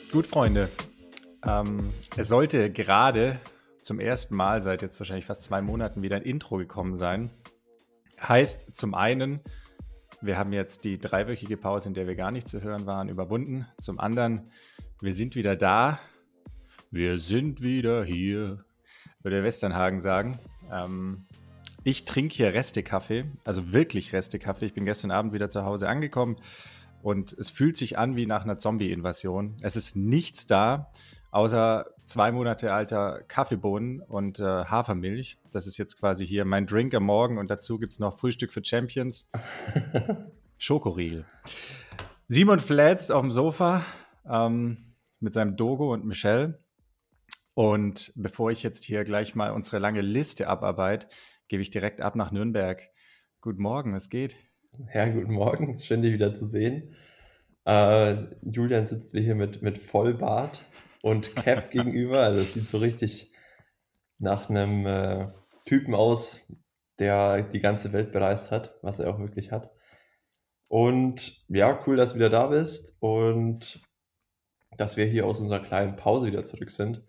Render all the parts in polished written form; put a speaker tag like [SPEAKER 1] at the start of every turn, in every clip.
[SPEAKER 1] Gut, Freunde. Es sollte gerade zum ersten Mal seit jetzt wahrscheinlich fast 2 Monaten wieder ein Intro gekommen sein. Heißt zum einen, wir haben jetzt die 3-wöchige Pause, in der wir gar nicht zu hören waren, überwunden. Zum anderen, wir sind wieder da. Wir sind wieder hier, würde Westernhagen sagen. Ich trinke hier Restekaffee, also wirklich Restekaffee. Ich bin gestern Abend wieder zu Hause angekommen und es fühlt sich an wie nach einer Zombie-Invasion. Es ist nichts da, außer 2 Monate alter Kaffeebohnen und Hafermilch. Das ist jetzt quasi hier mein Drink am Morgen und dazu gibt es noch Frühstück für Champions, Schokoriegel. Simon flätzt auf dem Sofa mit seinem Dogo und Michelle. Und bevor ich jetzt hier gleich mal unsere lange Liste abarbeite, gebe ich direkt ab nach Nürnberg. Guten Morgen, was geht?
[SPEAKER 2] Ja, guten Morgen, schön dich wieder zu sehen. Julian sitzt mir hier mit Vollbart und Cap gegenüber. Also es sieht so richtig nach einem Typen aus, der die ganze Welt bereist hat, was er auch wirklich hat. Und ja, cool, dass du wieder da bist und dass wir hier aus unserer kleinen Pause wieder zurück sind.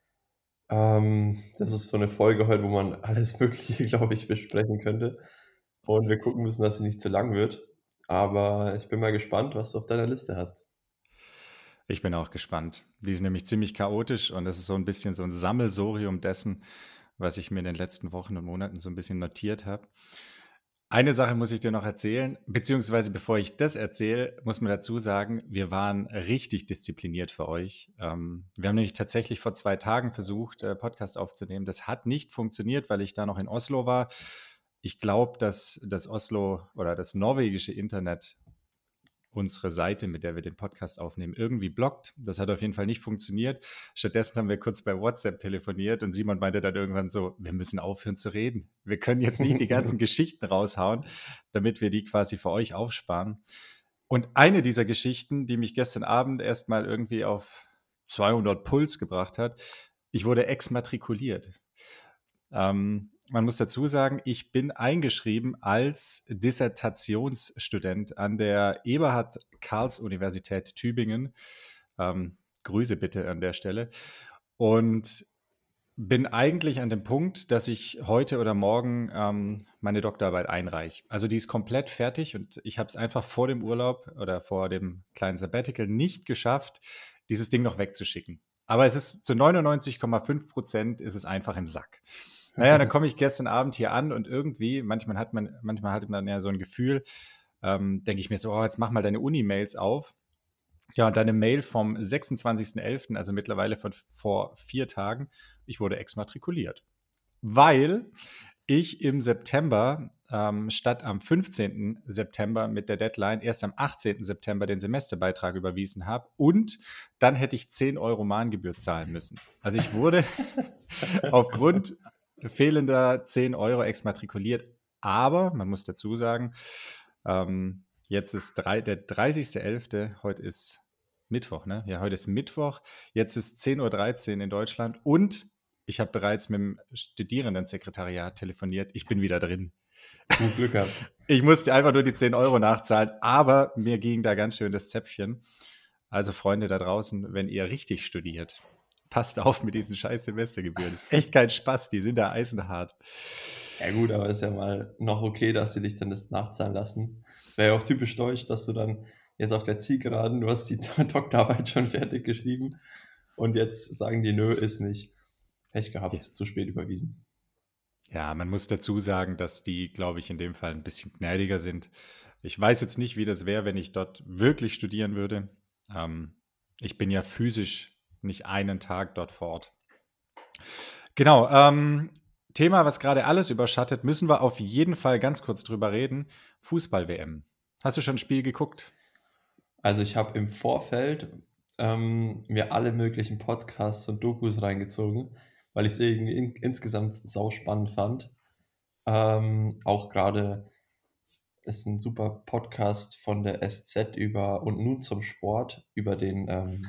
[SPEAKER 2] Das ist so eine Folge heute, wo man alles Mögliche, glaube ich, besprechen könnte. Und wir gucken müssen, dass sie nicht zu lang wird. Aber ich bin mal gespannt, was du auf deiner Liste hast.
[SPEAKER 1] Ich bin auch gespannt. Die ist nämlich ziemlich chaotisch und es ist so ein bisschen so ein Sammelsurium dessen, was ich mir in den letzten Wochen und Monaten so ein bisschen notiert habe. Eine Sache muss ich dir noch erzählen, beziehungsweise bevor ich das erzähle, muss man dazu sagen, wir waren richtig diszipliniert für euch. Wir haben nämlich tatsächlich vor 2 Tagen versucht, Podcast aufzunehmen. Das hat nicht funktioniert, weil ich da noch in Oslo war. Ich glaube, dass das Oslo oder das norwegische Internet unsere Seite, mit der wir den Podcast aufnehmen, irgendwie blockt. Das hat auf jeden Fall nicht funktioniert. Stattdessen haben wir kurz bei WhatsApp telefoniert und Simon meinte dann irgendwann so, wir müssen aufhören zu reden. Wir können jetzt nicht die ganzen Geschichten raushauen, damit wir die quasi für euch aufsparen. Und eine dieser Geschichten, die mich gestern Abend erstmal irgendwie auf 200 Puls gebracht hat, ich wurde exmatrikuliert. Man muss dazu sagen, ich bin eingeschrieben als Dissertationsstudent an der Eberhard-Karls-Universität Tübingen. Grüße bitte an der Stelle. Und bin eigentlich an dem Punkt, dass ich heute oder morgen meine Doktorarbeit einreiche. Also die ist komplett fertig und ich habe es einfach vor dem Urlaub oder vor dem kleinen Sabbatical nicht geschafft, dieses Ding noch wegzuschicken. Aber es ist zu 99,5% ist es einfach im Sack. Naja, dann komme ich gestern Abend hier an und irgendwie, manchmal hat man ja so ein Gefühl, denke ich mir so, oh, jetzt mach mal deine Uni-Mails auf. Ja, und deine Mail vom 26.11., also mittlerweile von vor 4 Tagen, ich wurde exmatrikuliert. Weil ich im September statt am 15. September mit der Deadline erst am 18. September den Semesterbeitrag überwiesen habe und dann hätte ich 10 Euro Mahngebühr zahlen müssen. Also ich wurde aufgrund fehlender 10 Euro exmatrikuliert, aber man muss dazu sagen, jetzt ist der 30.11., heute ist Mittwoch, ne? Ja, heute ist Mittwoch, jetzt ist 10:13 Uhr in Deutschland und ich habe bereits mit dem Studierendensekretariat telefoniert. Ich bin wieder drin.
[SPEAKER 2] Gut Glück gehabt.
[SPEAKER 1] Ich musste einfach nur die 10 Euro nachzahlen, aber mir ging da ganz schön das Zäpfchen. Also Freunde da draußen, wenn ihr richtig studiert, passt auf mit diesen scheiß Semestergebühren. Das ist echt kein Spaß, die sind da eisenhart.
[SPEAKER 2] Ja gut, aber ist ja mal noch okay, dass sie dich dann das nachzahlen lassen. Wäre ja auch typisch deutsch, dass du dann jetzt auf der Zielgeraden, du hast die Doktorarbeit schon fertig geschrieben und jetzt sagen die, nö, ist nicht. Pech
[SPEAKER 1] Ja.
[SPEAKER 2] gehabt, zu spät überwiesen.
[SPEAKER 1] Ja, man muss dazu sagen, dass die, glaube ich, in dem Fall ein bisschen gnädiger sind. Ich weiß jetzt nicht, wie das wäre, wenn ich dort wirklich studieren würde. Ähm, Ich bin ja physisch nicht einen Tag dort vor Ort. Genau, Thema, was gerade alles überschattet, müssen wir auf jeden Fall ganz kurz drüber reden. Fußball-WM. Hast du schon ein Spiel geguckt?
[SPEAKER 2] Also ich habe im Vorfeld mir alle möglichen Podcasts und Dokus reingezogen, weil ich es irgendwie insgesamt sauspannend fand. Auch gerade ist ein super Podcast von der SZ über und nun zum Sport über den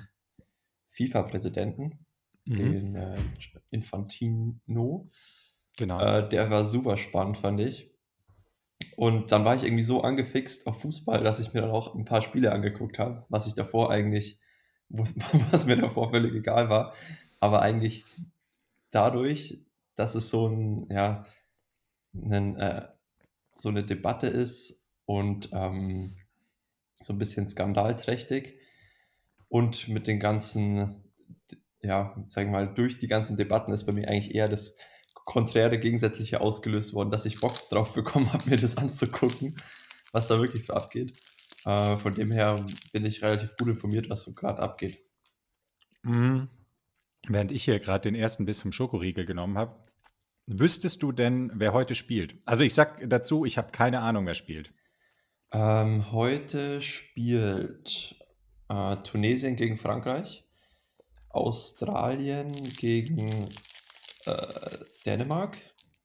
[SPEAKER 2] FIFA-Präsidenten,
[SPEAKER 1] Mhm.
[SPEAKER 2] den Infantino.
[SPEAKER 1] Genau.
[SPEAKER 2] Der war super spannend, fand ich. Und dann war ich irgendwie so angefixt auf Fußball, dass ich mir dann auch ein paar Spiele angeguckt habe, was ich davor eigentlich was mir davor völlig egal war. Aber eigentlich dadurch, dass es ja, 'nen, so eine Debatte ist und so ein bisschen skandalträchtig und mit den ganzen, ja, sagen wir mal, durch die ganzen Debatten ist bei mir eigentlich eher das konträre Gegensätzliche ausgelöst worden, dass ich Bock drauf bekommen habe, mir das anzugucken, was da wirklich so abgeht. Von dem her bin ich relativ gut informiert, was so gerade abgeht.
[SPEAKER 1] Mhm. Während ich hier gerade den ersten Biss vom Schokoriegel genommen habe, wüsstest du denn, wer heute spielt? Also ich sag dazu, ich habe keine Ahnung, wer spielt.
[SPEAKER 2] Heute spielt Tunesien gegen Frankreich, Australien gegen Dänemark,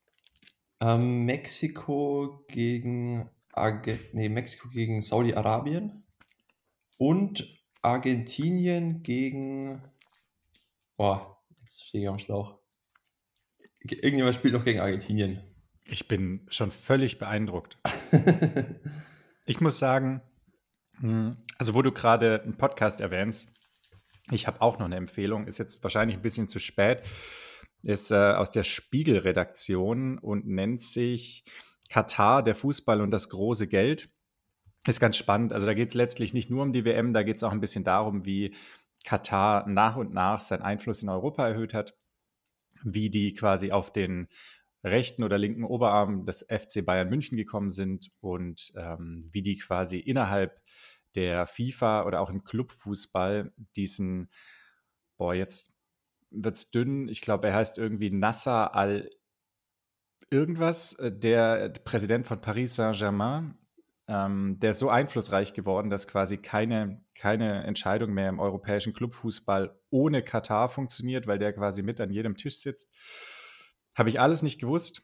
[SPEAKER 2] Mexiko gegen Saudi-Arabien und Argentinien gegen. Boah, jetzt stehe ich am Schlauch. Irgendjemand spielt noch gegen Argentinien.
[SPEAKER 1] Ich bin schon völlig beeindruckt. Ich muss sagen, also wo du gerade einen Podcast erwähnst, ich habe auch noch eine Empfehlung, ist jetzt wahrscheinlich ein bisschen zu spät, ist aus der Spiegel-Redaktion und nennt sich Katar, der Fußball und das große Geld. Ist ganz spannend. Also da geht es letztlich nicht nur um die WM, da geht es auch ein bisschen darum, wie Katar nach und nach seinen Einfluss in Europa erhöht hat, wie die quasi auf den rechten oder linken Oberarm des FC Bayern München gekommen sind und wie die quasi innerhalb der FIFA oder auch im Clubfußball diesen, boah, jetzt wird's dünn, ich glaube, er heißt irgendwie Nasser Al irgendwas, der Präsident von Paris Saint-Germain, der ist so einflussreich geworden, dass quasi keine Entscheidung mehr im europäischen Clubfußball ohne Katar funktioniert, weil der quasi mit an jedem Tisch sitzt. Habe ich alles nicht gewusst.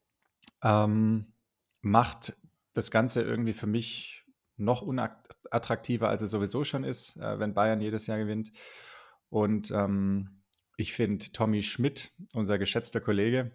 [SPEAKER 1] Macht das Ganze irgendwie für mich noch unattraktiver, als es sowieso schon ist, wenn Bayern jedes Jahr gewinnt. Und ich finde, Tommy Schmidt, unser geschätzter Kollege,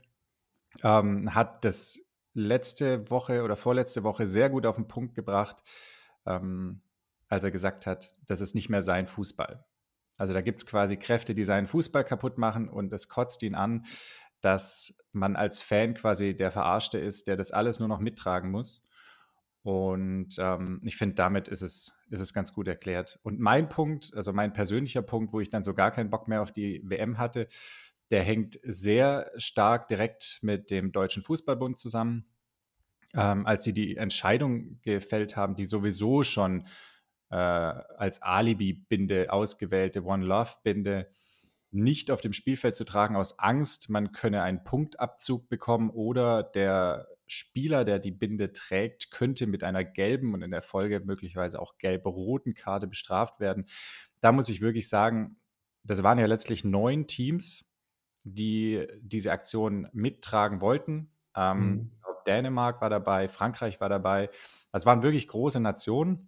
[SPEAKER 1] hat das letzte Woche oder vorletzte Woche sehr gut auf den Punkt gebracht, als er gesagt hat, das ist nicht mehr sein Fußball. Also da gibt es quasi Kräfte, die seinen Fußball kaputt machen und es kotzt ihn an, dass man als Fan quasi der Verarschte ist, der das alles nur noch mittragen muss. Und ich finde, damit ist es ganz gut erklärt. Und mein Punkt, also mein persönlicher Punkt, wo ich dann so gar keinen Bock mehr auf die WM hatte, der hängt sehr stark direkt mit dem Deutschen Fußballbund zusammen. Als sie die Entscheidung gefällt haben, die sowieso schon als Alibi-Binde ausgewählte One Love-Binde nicht auf dem Spielfeld zu tragen, aus Angst, man könne einen Punktabzug bekommen oder der Spieler, der die Binde trägt, könnte mit einer gelben und in der Folge möglicherweise auch gelb-roten Karte bestraft werden. Da muss ich wirklich sagen, das waren ja letztlich 9 Teams, die diese Aktion mittragen wollten.
[SPEAKER 2] Mhm.
[SPEAKER 1] Ich glaube, Dänemark war dabei, Frankreich war dabei. Das waren wirklich große Nationen.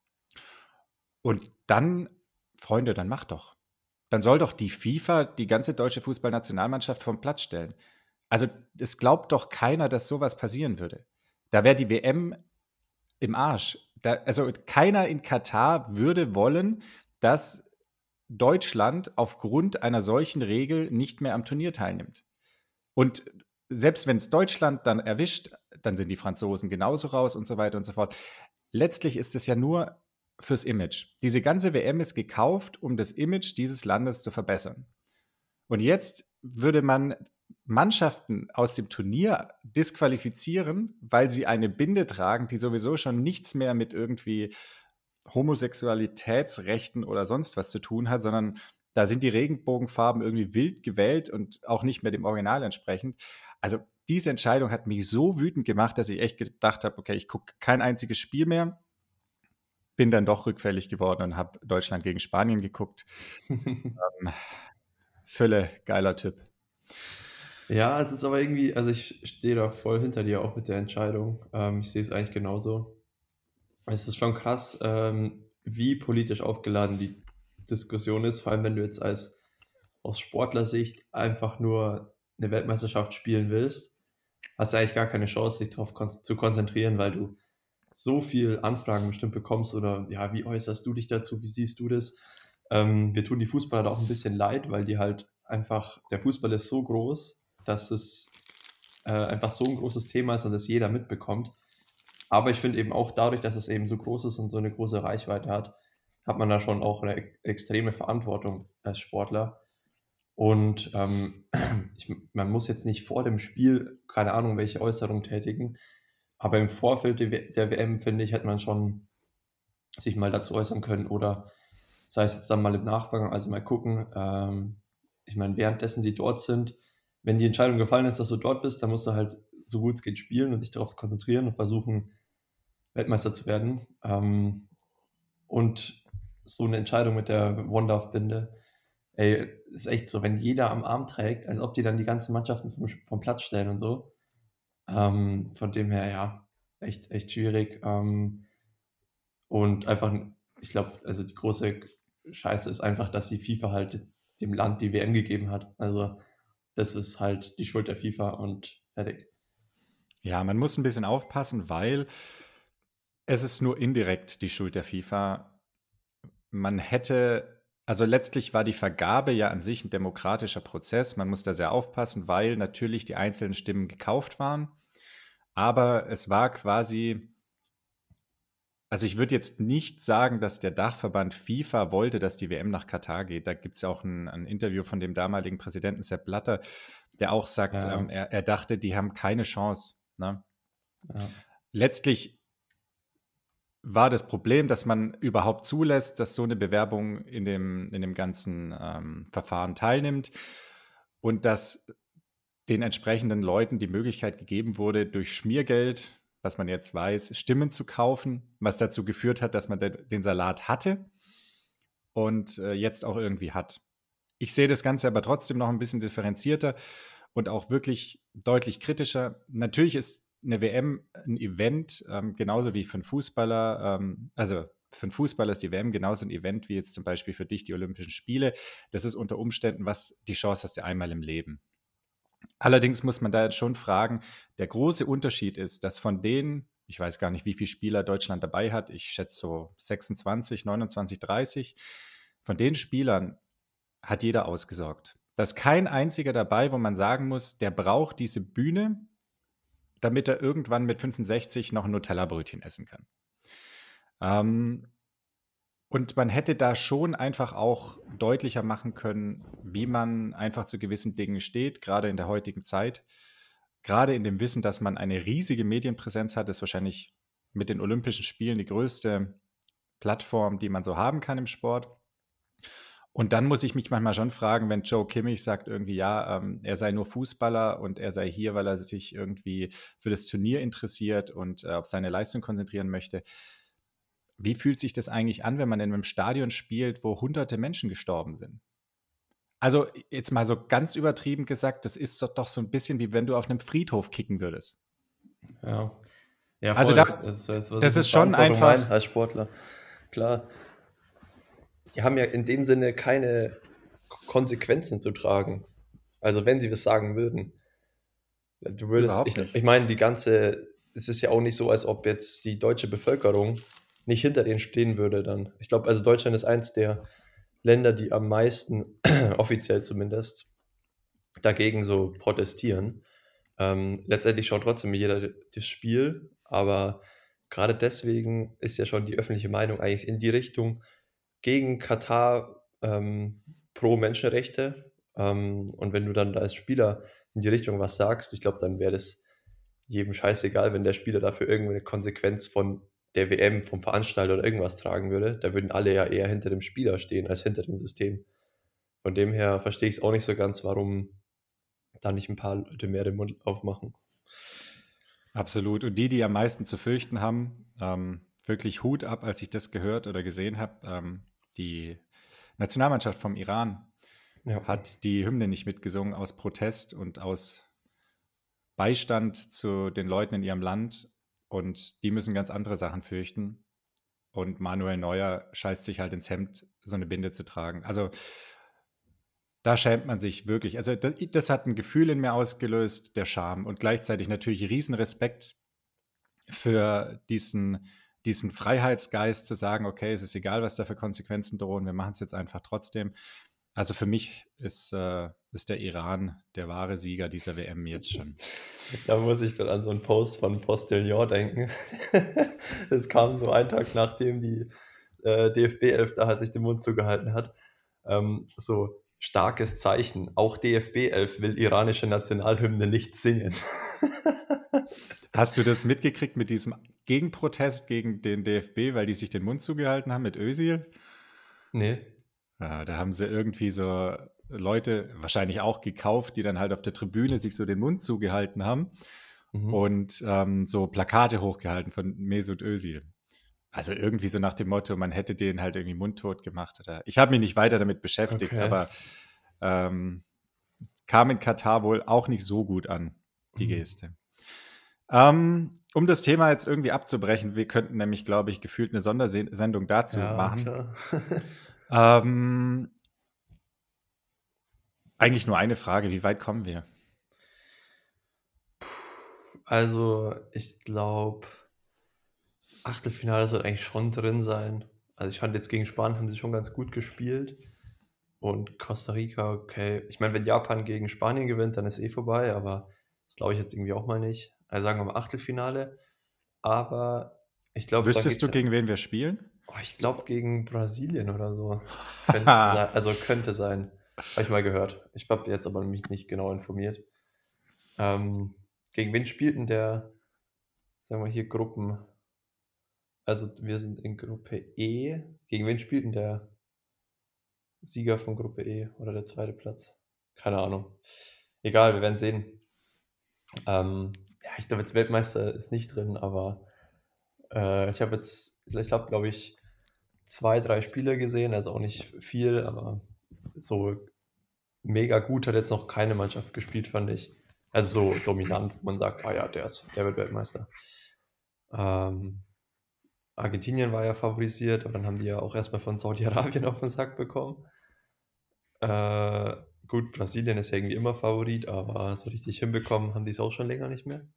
[SPEAKER 1] Und dann, Freunde, dann macht doch. Dann soll doch die FIFA die ganze deutsche Fußballnationalmannschaft vom Platz stellen. Also, es glaubt doch keiner, dass sowas passieren würde. Da wäre die WM im Arsch. Also, keiner in Katar würde wollen, dass Deutschland aufgrund einer solchen Regel nicht mehr am Turnier teilnimmt. Und selbst wenn es Deutschland dann erwischt, dann sind die Franzosen genauso raus und so weiter und so fort. Letztlich ist es ja nur fürs Image. Diese ganze WM ist gekauft, um das Image dieses Landes zu verbessern. Und jetzt würde man Mannschaften aus dem Turnier disqualifizieren, weil sie eine Binde tragen, die sowieso schon nichts mehr mit irgendwie Homosexualitätsrechten oder sonst was zu tun hat, sondern da sind die Regenbogenfarben irgendwie wild gewählt und auch nicht mehr dem Original entsprechend. Also diese Entscheidung hat mich so wütend gemacht, dass ich echt gedacht habe, okay, ich gucke kein einziges Spiel mehr. Bin dann doch rückfällig geworden und habe Deutschland gegen Spanien geguckt. Fülle, geiler Tipp.
[SPEAKER 2] Ja, es ist aber irgendwie, also ich stehe da voll hinter dir auch mit der Entscheidung. Ich sehe es eigentlich genauso. Es ist schon krass, wie politisch aufgeladen die Diskussion ist, vor allem wenn du jetzt aus Sportlersicht einfach nur eine Weltmeisterschaft spielen willst, hast du eigentlich gar keine Chance, dich darauf zu konzentrieren, weil du so viel Anfragen bestimmt bekommst oder ja, wie äußerst du dich dazu, wie siehst du das? Wir tun die Fußballer da auch ein bisschen leid, weil die halt einfach, der Fußball ist so groß, dass es einfach so ein großes Thema ist und das jeder mitbekommt. Aber ich finde eben auch dadurch, dass es eben so groß ist und so eine große Reichweite hat, hat man da schon auch eine extreme Verantwortung als Sportler. Und man muss jetzt nicht vor dem Spiel, keine Ahnung, welche Äußerung tätigen, aber im Vorfeld der WM, finde ich, hätte man schon sich mal dazu äußern können oder sei es jetzt dann mal im Nachgang, also mal gucken. Ich meine, währenddessen die dort sind, wenn die Entscheidung gefallen ist, dass du dort bist, dann musst du halt so gut es geht spielen und dich darauf konzentrieren und versuchen, Weltmeister zu werden. Und so eine Entscheidung mit der One-Love-Binde, ey, ist echt so, wenn jeder am Arm trägt, als ob die dann die ganzen Mannschaften vom Platz stellen und so. Von dem her, ja, echt schwierig. Und einfach, ich glaube, also die große Scheiße ist einfach, dass die FIFA halt dem Land die WM gegeben hat. Also das ist halt die Schuld der FIFA und fertig.
[SPEAKER 1] Ja, man muss ein bisschen aufpassen, weil es ist nur indirekt die Schuld der FIFA. Man hätte, also letztlich war die Vergabe ja an sich ein demokratischer Prozess. Man muss da sehr aufpassen, weil natürlich die einzelnen Stimmen gekauft waren. Aber es war quasi, also ich würde jetzt nicht sagen, dass der Dachverband FIFA wollte, dass die WM nach Katar geht. Da gibt es auch ein Interview von dem damaligen Präsidenten Sepp Blatter, der auch sagt,
[SPEAKER 2] Ja,
[SPEAKER 1] er dachte, die haben keine Chance. Ne?
[SPEAKER 2] ja,
[SPEAKER 1] Letztlich war das Problem, dass man überhaupt zulässt, dass so eine Bewerbung in dem ganzen Verfahren teilnimmt und dass den entsprechenden Leuten die Möglichkeit gegeben wurde, durch Schmiergeld, was man jetzt weiß, Stimmen zu kaufen, was dazu geführt hat, dass man den Salat hatte und jetzt auch irgendwie hat. Ich sehe das Ganze aber trotzdem noch ein bisschen differenzierter und auch wirklich deutlich kritischer. Natürlich ist eine WM ein Event, genauso wie für einen Fußballer. Also für einen Fußballer ist die WM genauso ein Event wie jetzt zum Beispiel für dich die Olympischen Spiele. Das ist unter Umständen, was die Chance hast du einmal im Leben. Allerdings muss man da jetzt schon fragen, der große Unterschied ist, dass von denen, ich weiß gar nicht, wie viele Spieler Deutschland dabei hat, ich schätze so 26, 29, 30, von den Spielern hat jeder ausgesorgt. Da ist kein einziger dabei, wo man sagen muss, der braucht diese Bühne, damit er irgendwann mit 65 noch ein Nutella-Brötchen essen kann. Ähm, und man hätte da schon einfach auch deutlicher machen können, wie man einfach zu gewissen Dingen steht, gerade in der heutigen Zeit. Gerade in dem Wissen, dass man eine riesige Medienpräsenz hat, ist wahrscheinlich mit den Olympischen Spielen die größte Plattform, die man so haben kann im Sport. Und dann muss ich mich manchmal schon fragen, wenn Joe Kimmich sagt irgendwie, ja, er sei nur Fußballer und er sei hier, weil er sich irgendwie für das Turnier interessiert und auf seine Leistung konzentrieren möchte. Wie fühlt sich das eigentlich an, wenn man in einem Stadion spielt, wo hunderte Menschen gestorben sind? Also jetzt mal so ganz übertrieben gesagt, das ist doch so ein bisschen wie wenn du auf einem Friedhof kicken würdest.
[SPEAKER 2] ja. Ja,
[SPEAKER 1] Also
[SPEAKER 2] voll.
[SPEAKER 1] da,
[SPEAKER 2] Das, was ich
[SPEAKER 1] das
[SPEAKER 2] mit
[SPEAKER 1] ist schon
[SPEAKER 2] Verantwortung meine
[SPEAKER 1] einfach,
[SPEAKER 2] als Sportler. Klar, die haben ja in dem Sinne keine Konsequenzen zu tragen. Also wenn sie was sagen würden. Du würdest,
[SPEAKER 1] überhaupt
[SPEAKER 2] ich
[SPEAKER 1] nicht.
[SPEAKER 2] meine, es ist ja auch nicht so, als ob jetzt die deutsche Bevölkerung nicht hinter denen stehen würde dann. Ich glaube, also Deutschland ist eins der Länder, die am meisten, offiziell zumindest, dagegen so protestieren. Letztendlich schaut trotzdem jeder das Spiel, aber gerade deswegen ist ja schon die öffentliche Meinung eigentlich in die Richtung gegen Katar pro Menschenrechte. Und wenn du dann als Spieler in die Richtung was sagst, ich glaube, dann wäre das jedem scheißegal, wenn der Spieler dafür irgendeine Konsequenz von der WM, vom Veranstalter oder irgendwas tragen würde. Da würden alle ja eher hinter dem Spieler stehen als hinter dem System. Von dem her verstehe ich es auch nicht so ganz, warum da nicht ein paar Leute mehr den Mund aufmachen.
[SPEAKER 1] Absolut. Und die am meisten zu fürchten haben, wirklich Hut ab, als ich das gehört oder gesehen habe. Die Nationalmannschaft vom Iran
[SPEAKER 2] Ja,
[SPEAKER 1] hat die Hymne nicht mitgesungen aus Protest und aus Beistand zu den Leuten in ihrem Land. Und die müssen ganz andere Sachen fürchten. Und Manuel Neuer scheißt sich halt ins Hemd, so eine Binde zu tragen. Also da schämt man sich wirklich. Also das hat ein Gefühl in mir ausgelöst, der Scham. Und gleichzeitig natürlich Riesenrespekt für diesen Freiheitsgeist zu sagen, okay, es ist egal, was da für Konsequenzen drohen, wir machen es jetzt einfach trotzdem. Also für mich ist der Iran der wahre Sieger dieser WM jetzt schon.
[SPEAKER 2] Da muss ich gerade an so einen Post von Postillon denken. Das kam so einen Tag, nachdem die DFB 11 da halt sich den Mund zugehalten hat. So starkes Zeichen. Auch DFB 11 will iranische Nationalhymne nicht singen.
[SPEAKER 1] Hast du das mitgekriegt mit diesem Gegenprotest gegen den DFB, weil die sich den Mund zugehalten haben mit Özil?
[SPEAKER 2] Nee.
[SPEAKER 1] Ja, da haben sie irgendwie so Leute wahrscheinlich auch gekauft, die dann halt auf der Tribüne sich so den Mund zugehalten haben
[SPEAKER 2] Mhm.
[SPEAKER 1] und so Plakate hochgehalten von Mesut Özil. Also irgendwie so nach dem Motto, man hätte den halt irgendwie mundtot gemacht. Oder ich habe mich nicht weiter damit beschäftigt,
[SPEAKER 2] Okay.
[SPEAKER 1] aber kam in Katar wohl auch nicht so gut an, die
[SPEAKER 2] Mhm.
[SPEAKER 1] Geste. Um das Thema jetzt irgendwie abzubrechen, wir könnten nämlich, glaube ich, gefühlt eine Sondersendung dazu
[SPEAKER 2] Ja,
[SPEAKER 1] machen.
[SPEAKER 2] klar.
[SPEAKER 1] Eigentlich nur eine Frage, wie weit kommen wir?
[SPEAKER 2] Also, ich glaube, Achtelfinale soll eigentlich schon drin sein. Also, ich fand jetzt gegen Spanien haben sie schon ganz gut gespielt. Und Costa Rica, okay. Ich meine, wenn Japan gegen Spanien gewinnt, dann ist eh vorbei, aber das glaube ich jetzt irgendwie auch mal nicht. Also sagen wir mal Achtelfinale. Aber ich glaube, dann
[SPEAKER 1] Wüsstest
[SPEAKER 2] geht's
[SPEAKER 1] du,
[SPEAKER 2] ja.
[SPEAKER 1] gegen wen wir spielen?
[SPEAKER 2] Oh, ich
[SPEAKER 1] So.
[SPEAKER 2] glaube gegen Brasilien oder so. Könnte sein. Also könnte sein. Habe ich mal gehört. Ich habe jetzt aber mich nicht genau informiert. Ähm, gegen wen spielt denn der, sagen wir hier, Gruppen? Also wir sind in Gruppe E. Gegen wen spielt denn der Sieger von Gruppe E oder der zweite Platz? Keine Ahnung. Egal, wir werden sehen. Ja, ich glaube, jetzt Weltmeister ist nicht drin, aber ich habe jetzt, ich habe, glaube ich, 2, 3 Spiele gesehen, also auch nicht viel, aber so mega gut hat jetzt noch keine Mannschaft gespielt, fand ich. Also so dominant, wo man sagt, ah ja, der wird Weltmeister. Ähm, Argentinien war ja favorisiert, aber dann haben die ja auch erstmal von Saudi-Arabien auf den Sack bekommen. Gut, Brasilien ist ja irgendwie immer Favorit, aber so richtig hinbekommen haben die es auch schon länger nicht mehr.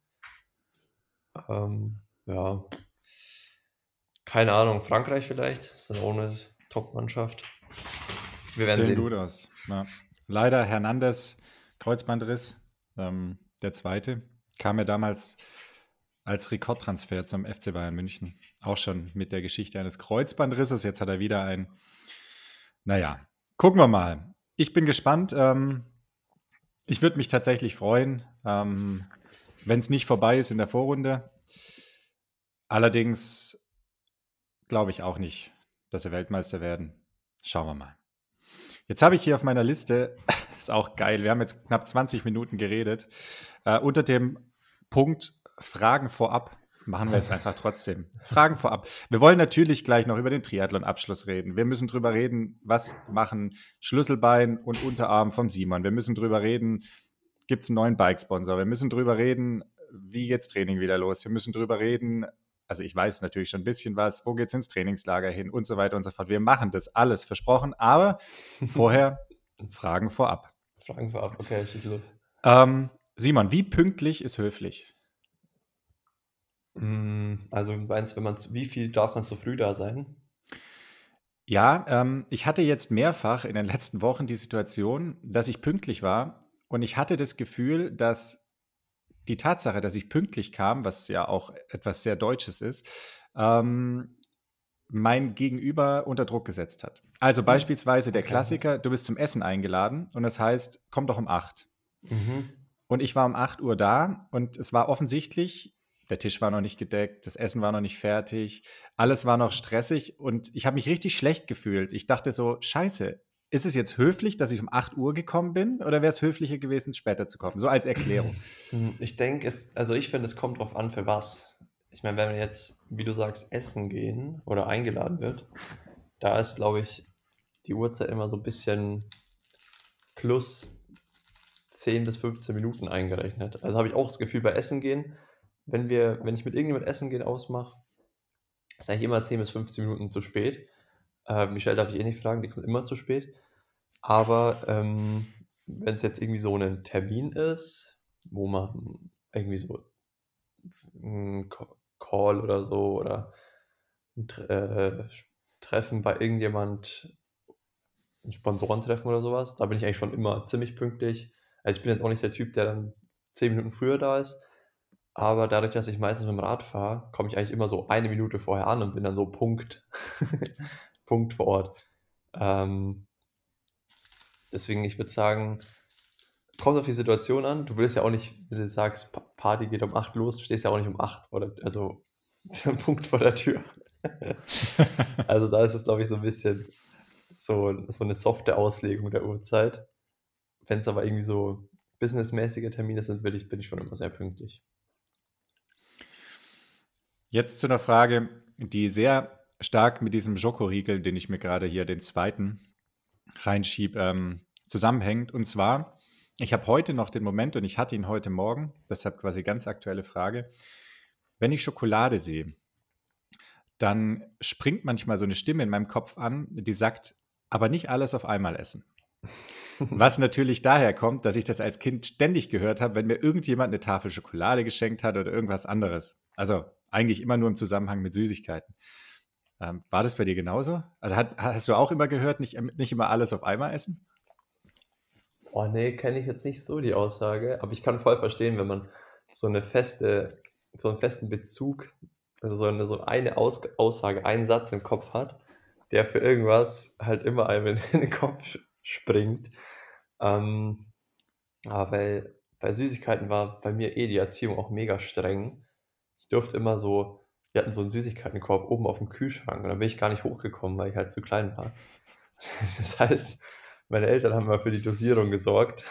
[SPEAKER 2] Ja, keine Ahnung, Frankreich vielleicht, ist dann auch eine Top-Mannschaft. Wir werden
[SPEAKER 1] Sehen
[SPEAKER 2] sehen.
[SPEAKER 1] gut aus. Ja. Leider Hernandez, Kreuzbandriss, der zweite, kam ja damals als Rekordtransfer zum FC Bayern München. Auch schon mit der Geschichte eines Kreuzbandrisses. Jetzt hat er wieder einen. Naja, gucken wir mal. Ich bin gespannt. Ich würde mich tatsächlich freuen, wenn es nicht vorbei ist in der Vorrunde. Allerdings glaube ich auch nicht, dass sie Weltmeister werden. Schauen wir mal. Jetzt habe ich hier auf meiner Liste, ist auch geil, wir haben jetzt knapp 20 Minuten geredet, unter dem Punkt Fragen vorab machen wir jetzt einfach trotzdem. Fragen vorab. Wir wollen natürlich gleich noch über den Triathlon-Abschluss reden. Wir müssen drüber reden, was machen Schlüsselbein und Unterarm vom Simon. Wir müssen drüber reden, gibt es einen neuen Bike-Sponsor. Wir müssen drüber reden, wie geht's Training wieder los. Wir müssen drüber reden, also ich weiß natürlich schon ein bisschen was, wo geht's ins Trainingslager hin und so weiter und so fort. Wir machen das alles, versprochen, aber vorher Fragen vorab.
[SPEAKER 2] Fragen vorab, okay, schieß los.
[SPEAKER 1] Simon, wie pünktlich ist höflich?
[SPEAKER 2] Also du meinst, wie viel darf man zu früh da sein?
[SPEAKER 1] Ja, ich hatte jetzt mehrfach in den letzten Wochen die Situation, dass ich pünktlich war und ich hatte das Gefühl, dass die Tatsache, dass ich pünktlich kam, was ja auch etwas sehr Deutsches ist, mein Gegenüber unter Druck gesetzt hat. Also beispielsweise der
[SPEAKER 2] Okay.
[SPEAKER 1] Klassiker, du bist zum Essen eingeladen und das heißt, komm doch um 8.
[SPEAKER 2] Mhm.
[SPEAKER 1] Und ich war um 8 Uhr da und es war offensichtlich, der Tisch war noch nicht gedeckt, das Essen war noch nicht fertig, alles war noch stressig und ich habe mich richtig schlecht gefühlt. Ich dachte so, scheiße, ist es jetzt höflich, dass ich um 8 Uhr gekommen bin oder wäre es höflicher gewesen, später zu kommen? So als Erklärung.
[SPEAKER 2] Ich denke, also ich finde, es kommt drauf an, für was. Ich meine, wenn wir jetzt, wie du sagst, essen gehen oder eingeladen wird, da ist, glaube ich, die Uhrzeit immer so ein bisschen plus 10 bis 15 Minuten eingerechnet. Also habe ich auch das Gefühl, bei Essen gehen, wenn ich mit irgendjemand Essen gehen ausmache, ist eigentlich immer 10 bis 15 Minuten zu spät. Michelle darf ich eh nicht fragen, die kommt immer zu spät. Aber wenn es jetzt irgendwie so ein Termin ist, wo man irgendwie so 'n Call oder so oder 'n Treffen bei irgendjemand, ein Sponsorentreffen oder sowas, da bin ich eigentlich schon immer ziemlich pünktlich. Also, ich bin jetzt auch nicht der Typ, der dann 10 Minuten früher da ist, aber dadurch, dass ich meistens mit dem Rad fahre, komme ich eigentlich immer so eine Minute vorher an und bin dann so Punkt vor Ort. Ähm, Deswegen, ich würde sagen, kommt auf die Situation an. Du willst ja auch nicht, wenn du sagst, Party geht um 8 los, stehst ja auch nicht um 8 vor der, also Punkt vor der Tür. Also, da ist es, glaube ich, so ein bisschen so 'ne softe Auslegung der Uhrzeit. Wenn's aber irgendwie so businessmäßige Termine sind, bin ich schon immer sehr pünktlich.
[SPEAKER 1] Jetzt zu einer Frage, die sehr stark mit diesem Schokoriegel, den ich mir gerade hier den zweiten reinschiebe, zusammenhängt. Und zwar, ich habe heute noch den Moment und ich hatte ihn heute Morgen, deshalb quasi ganz aktuelle Frage. Wenn ich Schokolade sehe, dann springt manchmal so eine Stimme in meinem Kopf an, die sagt, aber nicht alles auf einmal essen. Was natürlich daher kommt, dass ich das als Kind ständig gehört habe, wenn mir irgendjemand eine Tafel Schokolade geschenkt hat oder irgendwas anderes. Also eigentlich immer nur im Zusammenhang mit Süßigkeiten. War das bei dir genauso? Also hast du auch immer gehört, nicht immer alles auf einmal essen?
[SPEAKER 2] Oh ne, kenne ich jetzt nicht so die Aussage, aber ich kann voll verstehen, wenn man so 'ne feste so 'n festen Bezug, also so eine Aussage, einen Satz im Kopf hat, der für irgendwas halt immer einem in den Kopf springt. Ähm, aber bei Süßigkeiten war bei mir die Erziehung auch mega streng. Ich durfte immer so, wir hatten so 'n Süßigkeitenkorb oben aufm Kühlschrank und da bin ich gar nicht hochgekommen, weil ich halt zu klein war. Das heißt, meine Eltern haben immer für die Dosierung gesorgt.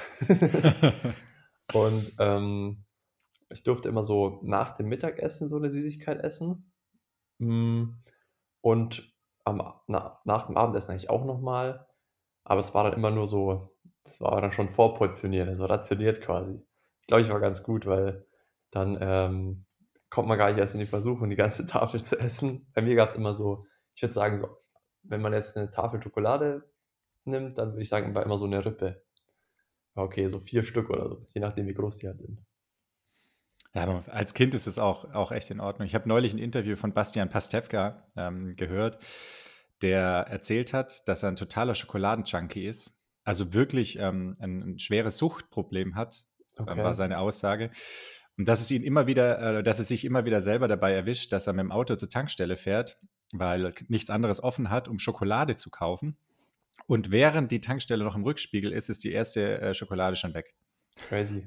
[SPEAKER 2] Und, ich durfte immer so nach dem Mittagessen so 'ne Süßigkeit essen. Hm, und nach dem Abendessen eigentlich auch noch mal, aber es war dann immer nur so, das war dann schon vorportioniert, also rationiert quasi. Ich glaube, ich war ganz gut, weil dann, kommt man gar nicht erst in die Versuchung, die ganze Tafel zu essen. Bei mir gab's immer so, ich würde sagen, so, wenn man jetzt 'ne Tafel Schokolade nimmt, dann würde ich sagen, war immer so 'ne Rippe. Okay, so 4 Stück oder so, je nachdem, wie groß die halt sind.
[SPEAKER 1] Ja, aber als Kind ist es auch echt in Ordnung. Ich habe neulich ein Interview von Bastian Pastewka gehört, der erzählt hat, dass er ein totaler Schokoladenjunkie ist. Also wirklich ein schweres Suchtproblem hat, war
[SPEAKER 2] Okay,
[SPEAKER 1] seine Aussage. Und dass es sich immer wieder selber dabei erwischt, dass er mit dem Auto zur Tankstelle fährt, weil er nichts anderes offen hat, um Schokolade zu kaufen. Und während die Tankstelle noch im Rückspiegel ist, ist die erste Schokolade schon weg.
[SPEAKER 2] crazy.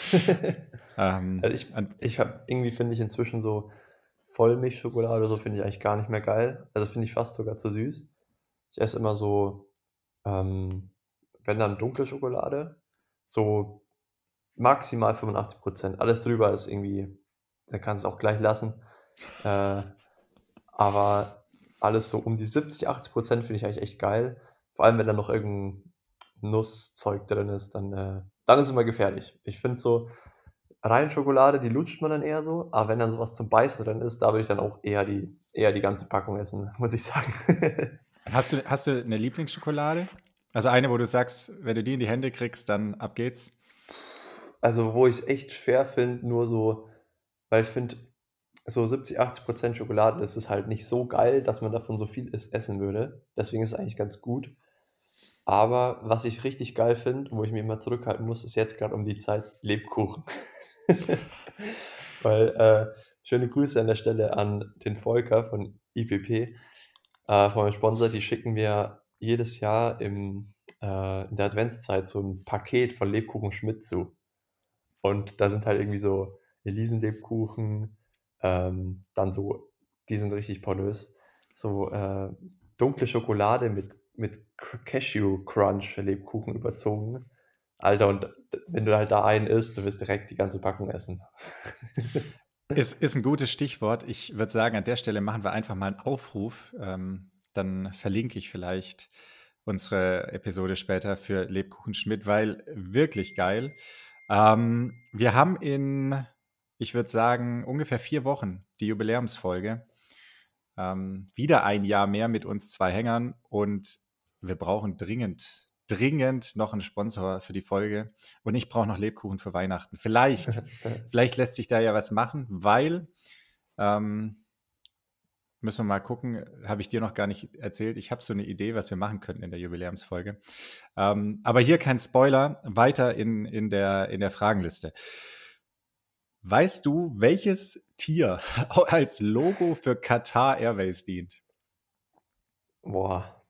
[SPEAKER 2] Also,
[SPEAKER 1] Ähm,
[SPEAKER 2] ich
[SPEAKER 1] und
[SPEAKER 2] ich habe irgendwie, finde ich inzwischen so Vollmilchschokolade oder so, finde ich eigentlich gar nicht mehr geil. Also, finde ich fast sogar zu süß. Ich esse immer so, ähm, wenn dann dunkle Schokolade, so maximal 85. Alles drüber ist irgendwie, da kannst du's auch gleich lassen. Äh, aber alles so um die 70, 80 finde ich eigentlich echt geil. Vor allem, wenn da noch irgend 'n Nusszeug drin ist, dann ist immer gefährlich. Ich finde so, rein Schokolade, die lutscht man dann eher so, aber wenn dann so was zum Beißen drin ist, da würde ich dann auch eher die ganze Packung essen, muss ich sagen.
[SPEAKER 1] hast du eine Lieblingsschokolade? Also eine, wo du sagst, wenn du die in die Hände kriegst, dann ab geht's.
[SPEAKER 2] Also, wo ich's echt schwer finde, nur so, weil ich finde, so 70, 80 Schokolade, das ist halt nicht so geil, dass man davon so viel essen würde. Deswegen ist es eigentlich ganz gut. Aber was ich richtig geil finde, wo ich mich immer zurückhalten muss, ist jetzt grad um die Zeit Lebkuchen. Weil, schöne Grüße an der Stelle an den Volker von IPP, von meinem Sponsor. Die schicken mir jedes Jahr in der Adventszeit so 'n Paket von Lebkuchen Schmidt zu. Und da sind halt irgendwie so Elisenlebkuchen, dann so, die sind richtig pornös, so, dunkle Schokolade mit Cashew Crunch Lebkuchen überzogen. Alter, und wenn du halt da einen isst, du wirst direkt die ganze Packung essen.
[SPEAKER 1] Ist ein gutes Stichwort. Ich würde sagen, an der Stelle machen wir einfach mal einen Aufruf. Dann verlinke ich vielleicht unsere Episode später für Lebkuchen Schmidt, weil wirklich geil. Wir haben ich würde sagen, ungefähr 4 Wochen die Jubiläumsfolge. Wieder ein Jahr mehr mit uns 2 Hängern und wir brauchen dringend noch einen Sponsor für die Folge und ich brauche noch Lebkuchen für Weihnachten. Vielleicht lässt sich da ja was machen, weil, ähm, Müssen wir mal gucken, habe ich dir noch gar nicht erzählt. Ich habe so eine Idee, was wir machen könnten in der Jubiläumsfolge. Aber hier kein Spoiler, weiter in der Fragenliste. Weißt du, welches Tier als Logo für Qatar Airways dient?
[SPEAKER 2] Boah.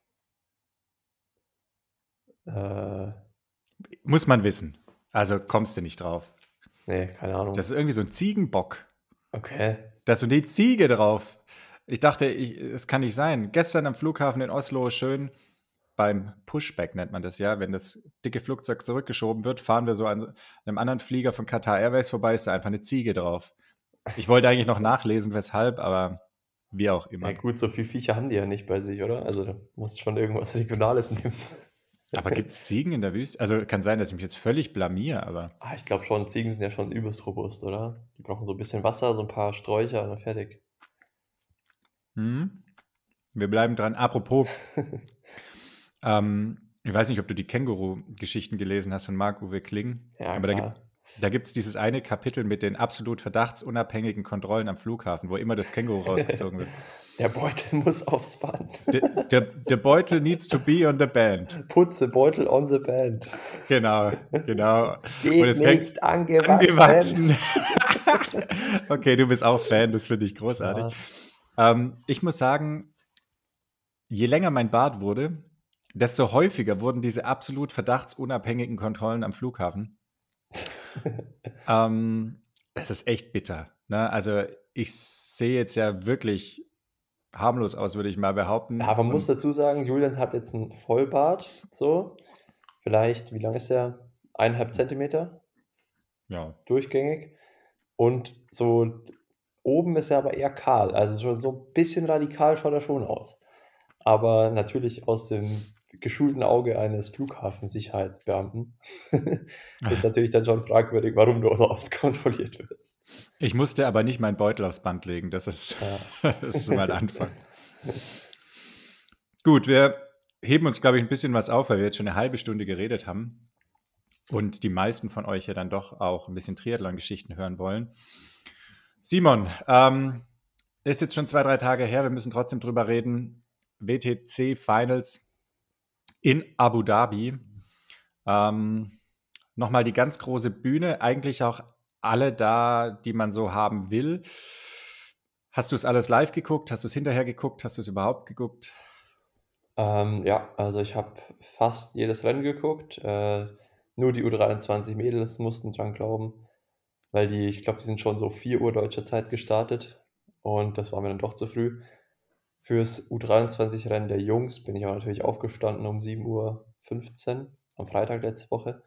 [SPEAKER 1] Muss man wissen. Also kommst du nicht drauf.
[SPEAKER 2] Nee, keine
[SPEAKER 1] Das
[SPEAKER 2] Ahnung.
[SPEAKER 1] ist irgendwie so ein Ziegenbock.
[SPEAKER 2] Okay.
[SPEAKER 1] Da ist so eine Ziege drauf. Ich dachte, es kann nicht sein. Gestern am Flughafen in Oslo schön beim Pushback nennt man das ja, wenn das dicke Flugzeug zurückgeschoben wird, fahren wir so an einem anderen Flieger von Qatar Airways vorbei, ist da einfach eine Ziege drauf. Ich wollte eigentlich noch nachlesen, weshalb, aber wie auch
[SPEAKER 2] Ja
[SPEAKER 1] immer.
[SPEAKER 2] gut, so viel Viecher haben die ja nicht bei sich, oder? Also da musst du schon irgendwas Regionales nehmen.
[SPEAKER 1] Aber gibt es Ziegen in der Wüste? Also kann sein, dass ich mich jetzt völlig blamier, aber
[SPEAKER 2] Ich glaube schon, Ziegen sind ja schon übelst robust, oder? Die brauchen so ein bisschen Wasser, so ein paar Sträucher und dann fertig.
[SPEAKER 1] hm, wir bleiben dran. Apropos, ich weiß nicht, ob du die Känguru-Geschichten gelesen hast von Marc-Uwe Kling,
[SPEAKER 2] Ja,
[SPEAKER 1] aber
[SPEAKER 2] klar.
[SPEAKER 1] da gibt's dieses eine Kapitel mit den absolut verdachtsunabhängigen Kontrollen am Flughafen, wo immer das Känguru rausgezogen wird.
[SPEAKER 2] Der Beutel muss aufs Band.
[SPEAKER 1] The Beutel needs to be on the band.
[SPEAKER 2] Put the Beutel on the band.
[SPEAKER 1] Genau, genau. Und
[SPEAKER 2] Geht
[SPEAKER 1] es kann
[SPEAKER 2] nicht angewachsen.
[SPEAKER 1] angewachsen. Okay, du bist auch Fan, das finde ich großartig.
[SPEAKER 2] Ja.
[SPEAKER 1] Ich muss sagen, je länger mein Bart wurde, desto häufiger wurden diese absolut verdachtsunabhängigen Kontrollen am Flughafen. Es ist echt bitter. Ne? Also ich sehe jetzt ja wirklich harmlos aus, würde ich mal behaupten.
[SPEAKER 2] Aber man muss
[SPEAKER 1] Und
[SPEAKER 2] dazu sagen, Julian hat jetzt einen Vollbart, so. Vielleicht, wie lang ist der? 1,5 Zentimeter
[SPEAKER 1] ja,
[SPEAKER 2] durchgängig. Und so oben ist er aber eher kahl. Also schon so ein bisschen radikal schaut er schon aus. Aber natürlich aus dem geschulten Auge eines Flughafensicherheitsbeamten ist natürlich dann schon fragwürdig, warum du so oft kontrolliert wirst.
[SPEAKER 1] ich musste aber nicht meinen Beutel aufs Band legen. Das ist,
[SPEAKER 2] Ja.
[SPEAKER 1] das ist so mein Anfang. Gut, wir heben uns, glaube ich, ein bisschen was auf, weil wir jetzt schon eine halbe Stunde geredet haben und die meisten von euch ja dann doch auch ein bisschen Triathlon-Geschichten hören wollen. Simon, ist jetzt schon 2, 3 Tage her, wir müssen trotzdem drüber reden. WTC Finals in Abu Dhabi. Nochmal die ganz große Bühne, eigentlich auch alle da, die man so haben will. Hast du es alles live geguckt? Hast du es hinterher geguckt? Hast du es überhaupt geguckt?
[SPEAKER 2] Ja, also ich habe fast jedes Rennen geguckt. Nur die U23 Mädels mussten dran glauben, weil ich glaube, die sind schon so 4 Uhr deutscher Zeit gestartet und das war mir dann doch zu früh. Fürs U23-Rennen der Jungs bin ich aber natürlich aufgestanden um 7:15 Uhr am Freitag letzte Woche.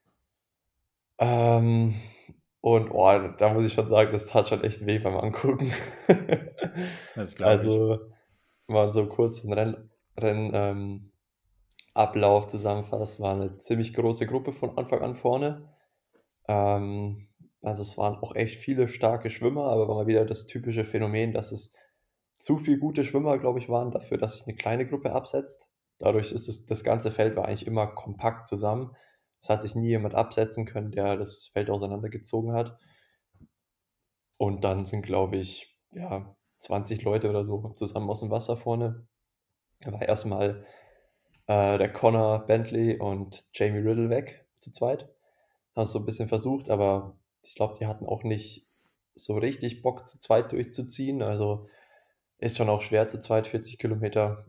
[SPEAKER 2] Ähm, und da muss ich schon sagen, das tat schon echt weh beim Angucken.
[SPEAKER 1] Das glaube ich.
[SPEAKER 2] Also, wenn man so kurz den Ablauf zusammenfasst, war eine ziemlich große Gruppe von Anfang an vorne. Also, es waren auch echt viele starke Schwimmer, aber war mal wieder das typische Phänomen, dass es zu viel gute Schwimmer, glaube ich, waren dafür, dass sich eine kleine Gruppe absetzt. Dadurch ist das ganze Feld war eigentlich immer kompakt zusammen. Es hat sich nie jemand absetzen können, der das Feld auseinandergezogen hat. Und dann sind, glaube ich, ja, 20 Leute oder so zusammen aus dem Wasser vorne. Da war erstmal der Connor Bentley und Jamie Riddle weg, zu zweit. Haben es so ein bisschen versucht, aber ich glaube, die hatten auch nicht so richtig Bock, zu zweit durchzuziehen. Also ist schon auch schwer zu zweit 40 Kilometer.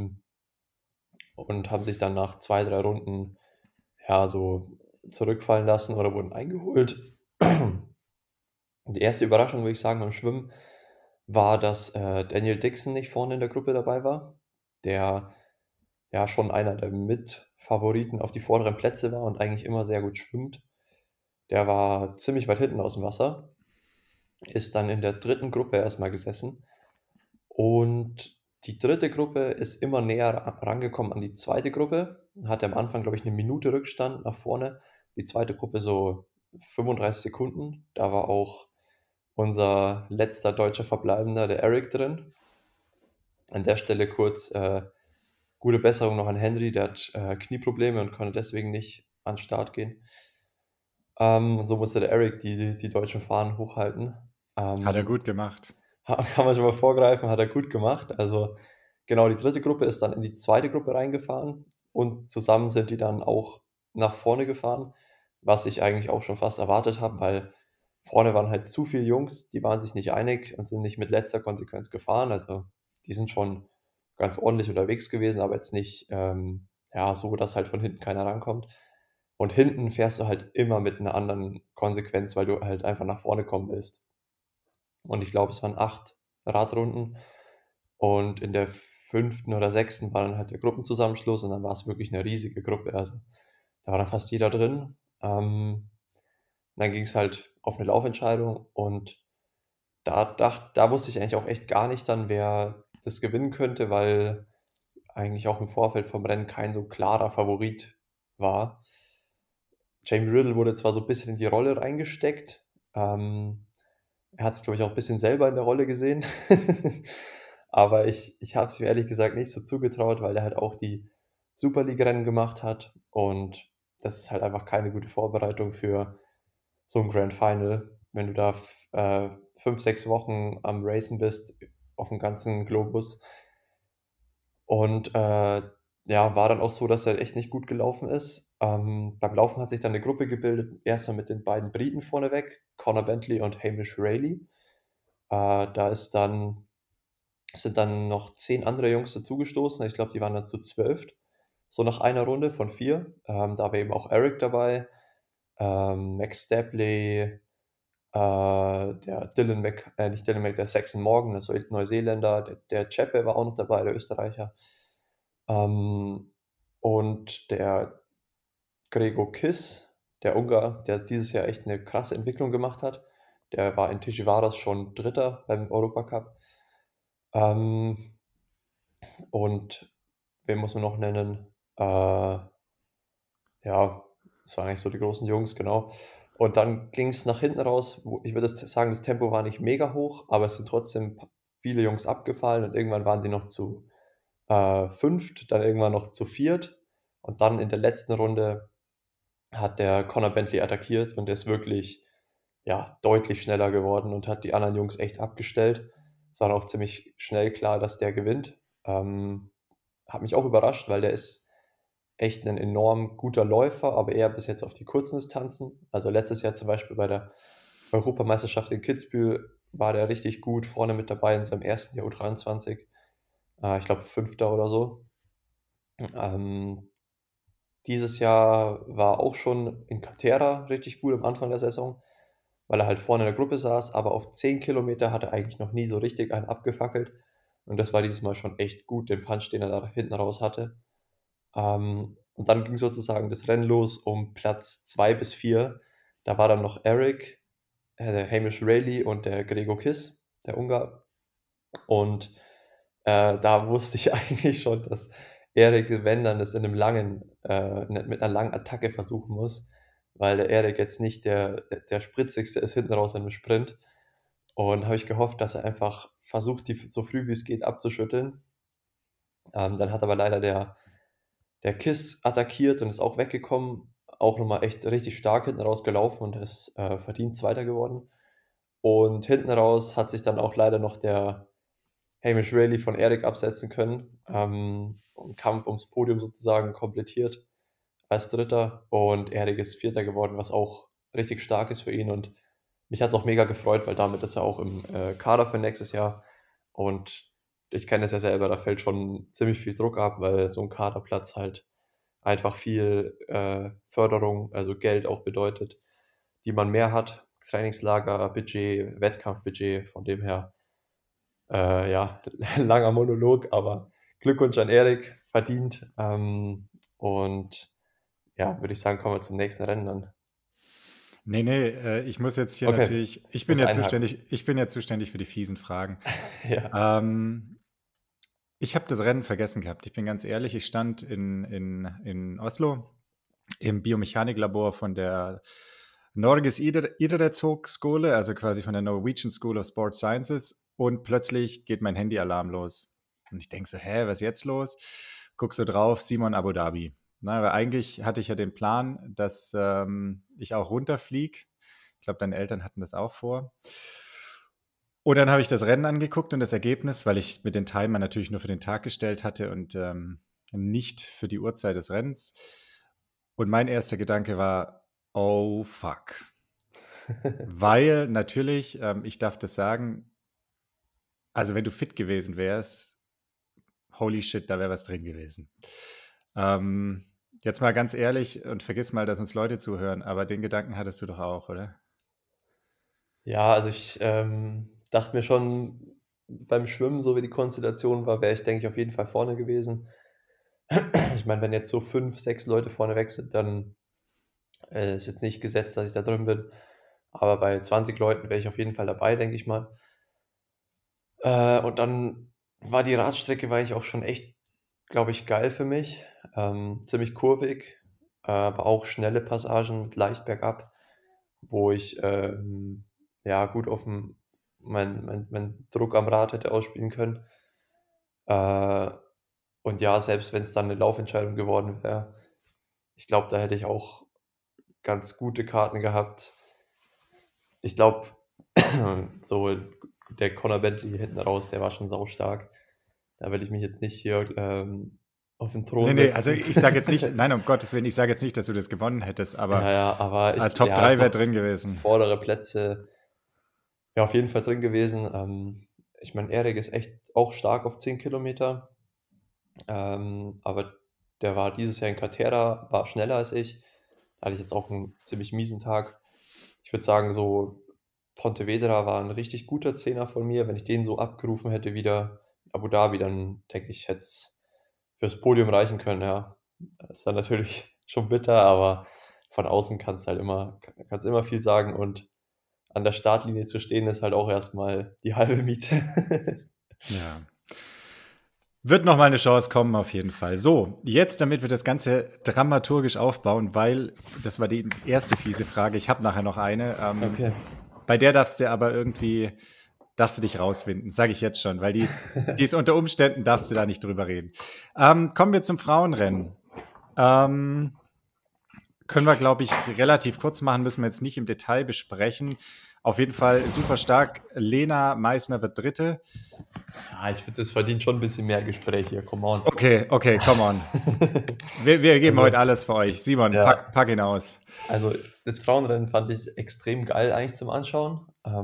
[SPEAKER 2] Und haben sich dann nach 2, 3 Runden ja so zurückfallen lassen oder wurden eingeholt. Die erste Überraschung, würde ich sagen, beim Schwimmen war, dass Daniel Dixon nicht vorne in der Gruppe dabei war, der ja schon einer der Mitfavoriten auf die vorderen Plätze war und eigentlich immer sehr gut schwimmt. Der war ziemlich weit hinten aus dem Wasser, ist dann in der dritten Gruppe erstmal gesessen und die dritte Gruppe ist immer näher rangekommen an die zweite Gruppe, hatte am Anfang, glaube ich, eine Minute Rückstand nach vorne, die zweite Gruppe so 35 Sekunden. Da war auch unser letzter deutscher Verbleibender, der Eric, drin. An der Stelle kurz gute Besserung noch an Henry, der hat Knieprobleme und konnte deswegen nicht an den Start gehen. So musste der Eric die deutschen Fahnen hochhalten.
[SPEAKER 1] Hat er
[SPEAKER 2] Ähm,
[SPEAKER 1] gut gemacht.
[SPEAKER 2] kann man schon mal vorgreifen, hat er gut gemacht. Also genau, die dritte Gruppe ist dann in die zweite Gruppe reingefahren und zusammen sind die dann auch nach vorne gefahren, was ich eigentlich auch schon fast erwartet habe, weil vorne waren halt zu viele Jungs, die waren sich nicht einig und sind nicht mit letzter Konsequenz gefahren. Also die sind schon ganz ordentlich unterwegs gewesen, aber jetzt nicht ja, so, dass halt von hinten keiner rankommt. Und hinten fährst du halt immer mit einer anderen Konsequenz, weil du halt einfach nach vorne kommen willst. Und ich glaube, es waren 8 Radrunden und in der fünften oder sechsten war dann halt der Gruppenzusammenschluss und dann war es wirklich eine riesige Gruppe. Also, da war dann fast jeder drin. Dann ging es halt auf eine Laufentscheidung und da wusste ich eigentlich auch echt gar nicht dann, wer das gewinnen könnte, weil eigentlich auch im Vorfeld vom Rennen kein so klarer Favorit war. Jamie Riddle wurde zwar so ein bisschen in die Rolle reingesteckt, er hat sich, glaube ich, auch ein bisschen selber in der Rolle gesehen. Aber ich habe es mir ehrlich gesagt nicht so zugetraut, weil er halt auch die Super League-Rennen gemacht hat und das ist halt einfach keine gute Vorbereitung für so ein Grand Final, wenn du da 5, 6 Wochen am Racen bist auf dem ganzen Globus. Und ja, war dann auch so, dass er echt nicht gut gelaufen ist. Beim Laufen hat sich dann eine Gruppe gebildet, erstmal mit den beiden Briten vorneweg, Conor Bentley und Hamish Rayleigh. Da sind dann noch 10 andere Jungs dazugestoßen. Ich glaube, die waren dann zu 12, so nach einer Runde von 4. Da war eben auch Eric dabei, Max Stapley, der nicht Dylan Mac, der Saxon Morgan, also Neuseeländer, der Chepe war auch noch dabei, der Österreicher. Ähm, und der Gregor Kiss, der Ungar, der dieses Jahr echt eine krasse Entwicklung gemacht hat. Der war in Tishivaras schon Dritter beim Europacup. Ähm, und wen muss man noch nennen? Ja, das waren eigentlich so die großen Jungs, genau. Und dann ging es nach hinten raus. Ich würde sagen, das Tempo war nicht mega hoch, aber es sind trotzdem viele Jungs abgefallen und irgendwann waren sie noch zu fünft, dann irgendwann noch zu viert. Und dann in der letzten Runde hat der Conor Bentley attackiert und ist wirklich ja, deutlich schneller geworden und hat die anderen Jungs echt abgestellt. Es war dann auch ziemlich schnell klar, dass der gewinnt. Hat mich auch überrascht, weil der ist echt ein enorm guter Läufer, aber eher bis jetzt auf die kurzen Distanzen. Also letztes Jahr zum Beispiel bei der Europameisterschaft in Kitzbühel war der richtig gut vorne mit dabei in seinem ersten Jahr U23. Ich glaube, Fünfter oder so. Ähm, Dieses Jahr war auch schon in Catera richtig gut am Anfang der Saison, weil er halt vorne in der Gruppe saß, aber auf 10 Kilometer hat er eigentlich noch nie so richtig einen abgefackelt. Und das war dieses Mal schon echt gut, den Punch, den er da hinten raus hatte. Und dann ging sozusagen das Rennen los um Platz 2 bis 4. Da war dann noch Eric, der Hamish Rayleigh und der Gregor Kiss, der Ungar. Und da wusste ich eigentlich schon, dass Erik, wenn dann das in einem mit einer langen Attacke versuchen muss, weil der Erik jetzt nicht der spritzigste ist hinten raus in einem Sprint. Und habe ich gehofft, dass er einfach versucht, die so früh wie es geht abzuschütteln. Dann hat aber leider der Kiss attackiert und ist auch weggekommen. Auch nochmal echt richtig stark hinten raus gelaufen und ist verdient Zweiter geworden. Und hinten raus hat sich dann auch leider noch der Hamish Rayleigh von Eric absetzen können. Und Kampf ums Podium sozusagen komplettiert als Dritter. Und Eric ist Vierter geworden, was auch richtig stark ist für ihn. Und mich hat es auch mega gefreut, weil damit ist er auch im Kader für nächstes Jahr. Und ich kenne es ja selber, da fällt schon ziemlich viel Druck ab, weil so ein Kaderplatz halt einfach viel Förderung, also Geld auch bedeutet, die man mehr hat. Trainingslager, Budget, Wettkampfbudget, von dem her ja, langer Monolog, aber Glückwunsch an Erik, verdient. Und ja, würde ich sagen, kommen wir zum nächsten Rennen dann.
[SPEAKER 1] Nee, ich muss jetzt hier
[SPEAKER 2] Okay,
[SPEAKER 1] natürlich,
[SPEAKER 2] muss einhaken.
[SPEAKER 1] ich bin ja zuständig für die fiesen Fragen.
[SPEAKER 2] Ja.
[SPEAKER 1] Ähm, Ich habe das Rennen vergessen gehabt. Ich bin ganz ehrlich, ich stand in Oslo im Biomechaniklabor von der Norges Idrettshochskole, also quasi von der Norwegian School of Sport Sciences, und plötzlich geht mein Handyalarm los. Und ich denke so, hä, was ist jetzt los? Guck so drauf, Simon Abu Dhabi. Na, weil eigentlich hatte ich ja den Plan, dass ich auch runterfliege. Ich glaube, deine Eltern hatten das auch vor. Und dann habe ich das Rennen angeguckt und das Ergebnis, weil ich mit den Timer natürlich nur für den Tag gestellt hatte und nicht für die Uhrzeit des Rennens. Und mein erster Gedanke war, oh fuck. Weil natürlich, ich darf das sagen, also wenn du fit gewesen wärst, holy shit, da wäre was drin gewesen. Ähm, Jetzt mal ganz ehrlich und vergiss mal, dass uns Leute zuhören, aber den Gedanken hattest du doch auch, oder?
[SPEAKER 2] Ja, also ich dachte mir schon beim Schwimmen, so wie die Konstellation war, wäre ich, denke ich, auf jeden Fall vorne gewesen. Ich meine, wenn jetzt so 5, 6 Leute vorne weg sind, dann ist jetzt nicht gesetzt, dass ich da drin bin. Aber bei 20 Leuten wäre ich auf jeden Fall dabei, denke ich mal. Und dann war die Radstrecke war eigentlich auch schon echt, glaube ich, geil für mich. Ziemlich kurvig, aber auch schnelle Passagen mit leicht bergab, wo ich ja gut auf mein Druck am Rad hätte ausspielen können. Äh, und ja, selbst wenn es dann eine Laufentscheidung geworden wäre, ich glaube, da hätte ich auch ganz gute Karten gehabt. Ich glaube, so der Conor Bentley hinten raus, der war schon saustark. Da will ich mich jetzt nicht hier auf den
[SPEAKER 1] Nee,
[SPEAKER 2] Thron
[SPEAKER 1] nee, also
[SPEAKER 2] setzen.
[SPEAKER 1] ich sage jetzt nicht, nein, um Gottes Willen, ich sage jetzt nicht, dass du das gewonnen hättest, aber
[SPEAKER 2] Ja, ja, aber
[SPEAKER 1] Top
[SPEAKER 2] ja, ich
[SPEAKER 1] 3 wäre
[SPEAKER 2] glaube,
[SPEAKER 1] drin gewesen.
[SPEAKER 2] vordere Plätze ja auf jeden Fall drin gewesen. Ich meine, Erik ist echt auch stark auf 10 Kilometer, aber der war dieses Jahr in Catera, war schneller als ich. Da hatte ich jetzt auch einen ziemlich miesen Tag. Ich würde sagen, so Pontevedra war ein richtig guter Zehner von mir. Wenn ich den so abgerufen hätte wieder in Abu Dhabi, dann denke ich, hätte es fürs Podium reichen können, ja. Das ist dann natürlich schon bitter, aber von außen kannst immer viel sagen und an der Startlinie zu stehen, ist halt auch erstmal die halbe Miete.
[SPEAKER 1] Ja. Wird noch mal eine Chance kommen, auf jeden Fall. So, jetzt, damit wir das Ganze dramaturgisch aufbauen, weil das war die erste fiese Frage. Ich habe nachher noch eine.
[SPEAKER 2] Okay.
[SPEAKER 1] Bei der darfst du dich rauswinden, sage ich jetzt schon, weil die ist unter Umständen, darfst du da nicht drüber reden. Kommen wir zum Frauenrennen. Ähm, Können wir, glaube ich, relativ kurz machen, müssen wir jetzt nicht im Detail besprechen. Auf jeden Fall super stark. Lena Meissner wird Dritte.
[SPEAKER 2] Ja, ich finde, das verdient schon ein bisschen mehr Gespräch hier, come on.
[SPEAKER 1] Okay, come on. Wir geben
[SPEAKER 2] Also,
[SPEAKER 1] heute alles für euch. Simon,
[SPEAKER 2] ja,
[SPEAKER 1] pack ihn aus.
[SPEAKER 2] also das Frauenrennen fand ich extrem geil eigentlich zum Anschauen,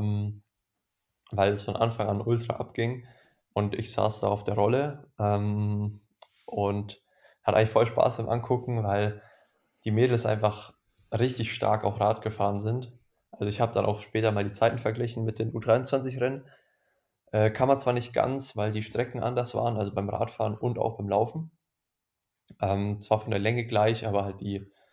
[SPEAKER 2] weil es von Anfang an ultra abging und ich saß da auf der Rolle und hatte eigentlich voll Spaß beim Angucken, weil die Mädels einfach richtig stark auch Rad gefahren sind. Also ich habe dann auch später mal die Zeiten verglichen mit den U23-Rennen. Kann man zwar nicht ganz, weil die Strecken anders waren, also beim Radfahren und auch beim Laufen. Zwar von der Länge gleich, aber halt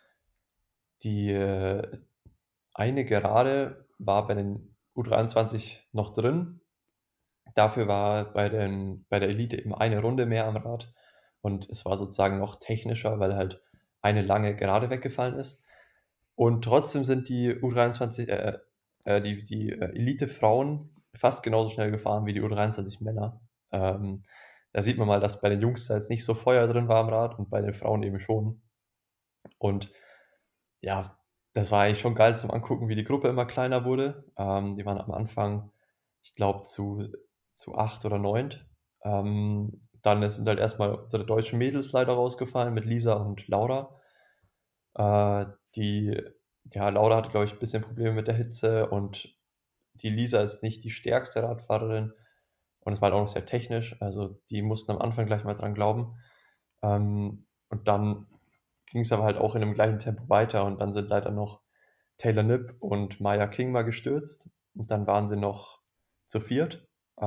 [SPEAKER 2] die eine Gerade war bei den U23 noch drin. Dafür war bei der Elite eben eine Runde mehr am Rad und es war sozusagen noch technischer, weil halt eine lange Gerade weggefallen ist. Und trotzdem sind die U23, die Elite-Frauen fast genauso schnell gefahren wie die U23-Männer. Ähm, Da sieht man mal, dass bei den Jungs da jetzt nicht so Feuer drin war am Rad und bei den Frauen eben schon. Und ja, das war eigentlich schon geil zum Angucken, wie die Gruppe immer kleiner wurde. Die waren am Anfang, ich glaube, zu 8 oder 9. Dann sind halt erstmal unsere deutschen Mädels leider rausgefallen mit Lisa und Laura. Äh, die, ja, Laura hatte, glaube ich, ein bisschen Probleme mit der Hitze und die Lisa ist nicht die stärkste Radfahrerin und es war halt auch noch sehr technisch. Also die mussten am Anfang gleich mal dran glauben. Und dann ging es aber halt auch in dem gleichen Tempo weiter und dann sind leider noch Taylor Knipp und Maya King mal gestürzt. Und dann waren sie noch zu viert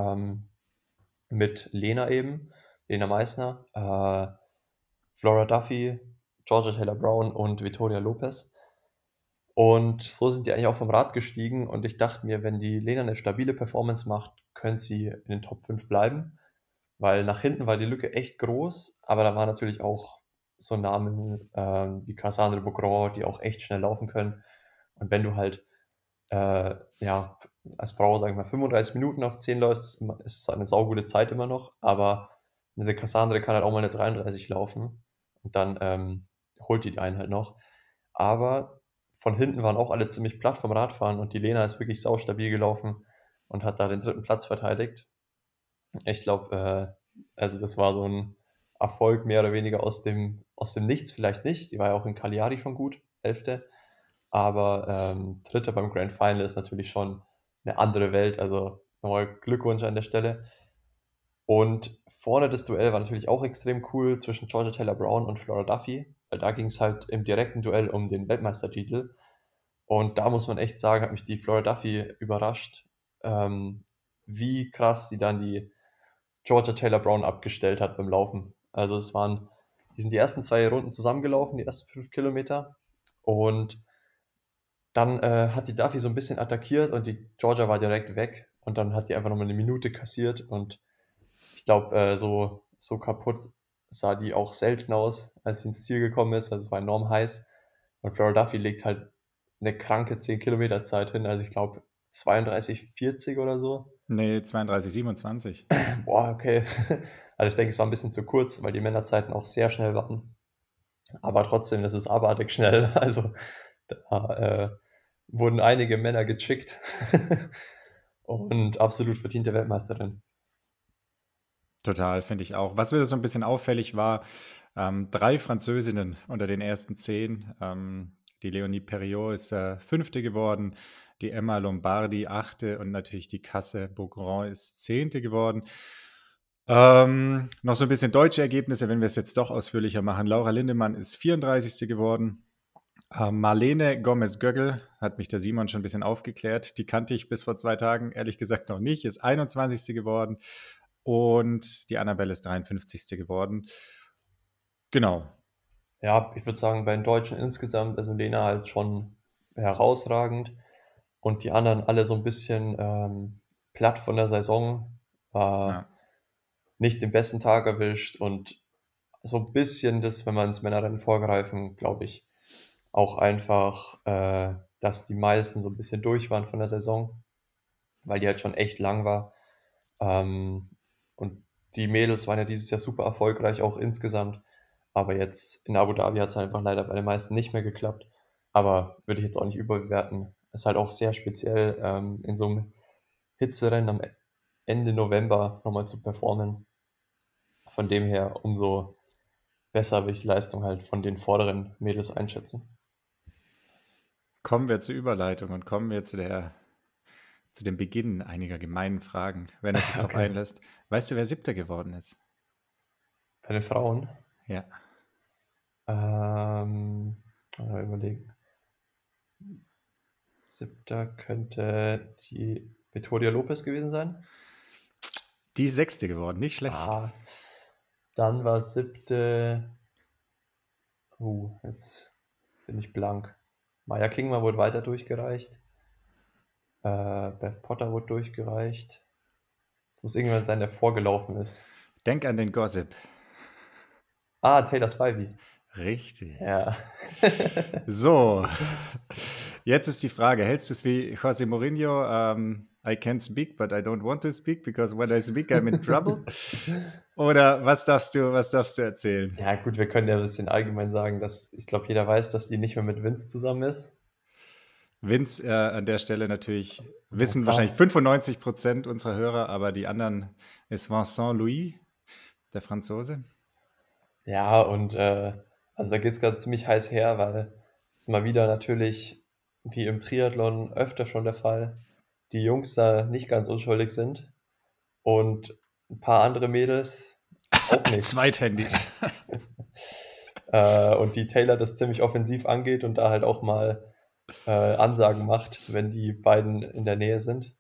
[SPEAKER 2] mit Lena eben, Lena Meissner, Flora Duffy, Georgia Taylor Brown und Vittoria Lopez. Und so sind die eigentlich auch vom Rad gestiegen und ich dachte mir, wenn die Lena eine stabile Performance macht, könnte sie in den Top 5 bleiben, weil nach hinten war die Lücke echt groß, aber da waren natürlich auch so Namen wie Cassandre Beaugrand, die auch echt schnell laufen können. Und wenn du halt ja, als Frau, sage ich mal, 35 Minuten auf 10 läufst, ist es eine saugute Zeit immer noch, aber eine Cassandre kann halt auch mal eine 33 laufen und dann holt die einen halt noch. Aber von hinten waren auch alle ziemlich platt vom Radfahren und die Lena ist wirklich saustabil gelaufen und hat da den 3. Platz verteidigt. Ich glaube, also das war so ein Erfolg mehr oder weniger aus dem Nichts, vielleicht nicht. Sie war ja auch in Cagliari schon gut, 11. Aber 3. beim Grand Final ist natürlich schon eine andere Welt. Also nochmal Glückwunsch an der Stelle. Und vorne das Duell war natürlich auch extrem cool zwischen Georgia Taylor Brown und Flora Duffy, weil da ging es halt im direkten Duell um den Weltmeistertitel. Und da muss man echt sagen, hat mich die Flora Duffy überrascht, wie krass die dann die Georgia Taylor Brown abgestellt hat beim Laufen. Also die sind die ersten 2 Runden zusammengelaufen, die ersten 5 Kilometer. Und dann hat die Duffy so ein bisschen attackiert und die Georgia war direkt weg. Und dann hat die einfach nochmal eine Minute kassiert. Und ich glaube, so kaputt sah die auch selten aus, als sie ins Ziel gekommen ist. Also es war enorm heiß. Und Flora Duffy legt halt eine kranke 10 Kilometer Zeit hin. Also ich glaube 32,40 oder so.
[SPEAKER 1] Nee, 32, 27.
[SPEAKER 2] Boah, okay. Also ich denke, es war ein bisschen zu kurz, weil die Männerzeiten auch sehr schnell waren. Aber trotzdem, das ist abartig schnell. Also da wurden einige Männer gechickt und absolut verdiente Weltmeisterin.
[SPEAKER 1] Total, finde ich auch. Was wieder so ein bisschen auffällig war, 3 Französinnen unter den ersten 10. Die Leonie Perriot ist 5. geworden, die Emma Lombardi 8. und natürlich die Casse Beaugrand ist 10. geworden. Noch so ein bisschen deutsche Ergebnisse, wenn wir es jetzt doch ausführlicher machen. Laura Lindemann ist 34. geworden. Marlene Gomez-Göggel, hat mich der Simon schon ein bisschen aufgeklärt. Die kannte ich bis vor 2 Tagen, ehrlich gesagt noch nicht, ist 21. geworden. Und die Annabelle ist 53. geworden. Genau.
[SPEAKER 2] Ja, ich würde sagen, bei den Deutschen insgesamt, also Lena halt schon herausragend und die anderen alle so ein bisschen platt von der Saison,
[SPEAKER 1] Ja.
[SPEAKER 2] nicht den besten Tag erwischt und so ein bisschen das, wenn wir ins Männerrennen vorgreifen, glaube ich, auch einfach, dass die meisten so ein bisschen durch waren von der Saison, weil die halt schon echt lang war. Ähm, und die Mädels waren ja dieses Jahr super erfolgreich, auch insgesamt. Aber jetzt in Abu Dhabi hat es einfach leider bei den meisten nicht mehr geklappt. Aber würde ich jetzt auch nicht überbewerten. Ist halt auch sehr speziell, in so einem Hitzerennen am Ende November nochmal zu performen. Von dem her umso besser will ich die Leistung halt von den vorderen Mädels einschätzen.
[SPEAKER 1] Kommen wir zur Überleitung und kommen wir zu dem Beginn einiger gemeinen Fragen, wenn er sich darauf
[SPEAKER 2] Okay.
[SPEAKER 1] einlässt. Weißt du, wer 7. geworden ist?
[SPEAKER 2] Bei den Frauen,
[SPEAKER 1] Ja.
[SPEAKER 2] mal überlegen. 7. könnte die Victoria Lopez gewesen sein.
[SPEAKER 1] Die ist 6. geworden, nicht schlecht.
[SPEAKER 2] Dann war 7. Jetzt bin ich blank. Maya Kingma wurde weiter durchgereicht. Beth Potter wurde durchgereicht. Es muss irgendjemand sein, der vorgelaufen ist.
[SPEAKER 1] Denk an den Gossip.
[SPEAKER 2] Taylor Spivey.
[SPEAKER 1] Richtig.
[SPEAKER 2] Ja.
[SPEAKER 1] So, jetzt ist die Frage, hältst du es wie José Mourinho? I can speak, but I don't want to speak, because when I speak, I'm in trouble. Oder was darfst du erzählen?
[SPEAKER 2] Ja, gut, wir können ja ein bisschen allgemein sagen, dass ich glaube, jeder weiß, dass die nicht mehr mit Vince zusammen ist.
[SPEAKER 1] Vince an der Stelle natürlich, wissen
[SPEAKER 2] Vincent.
[SPEAKER 1] wahrscheinlich 95% unserer Hörer, aber die anderen ist Vincent Louis, der Franzose.
[SPEAKER 2] Ja, und also da geht es gerade ziemlich heiß her, weil es mal wieder natürlich, wie im Triathlon öfter schon der Fall, die Jungs da nicht ganz unschuldig sind und ein paar andere Mädels auch nicht.
[SPEAKER 1] Zweithändig.
[SPEAKER 2] Und die Taylor das ziemlich offensiv angeht und da halt auch mal Ansagen macht, wenn die beiden in der Nähe sind.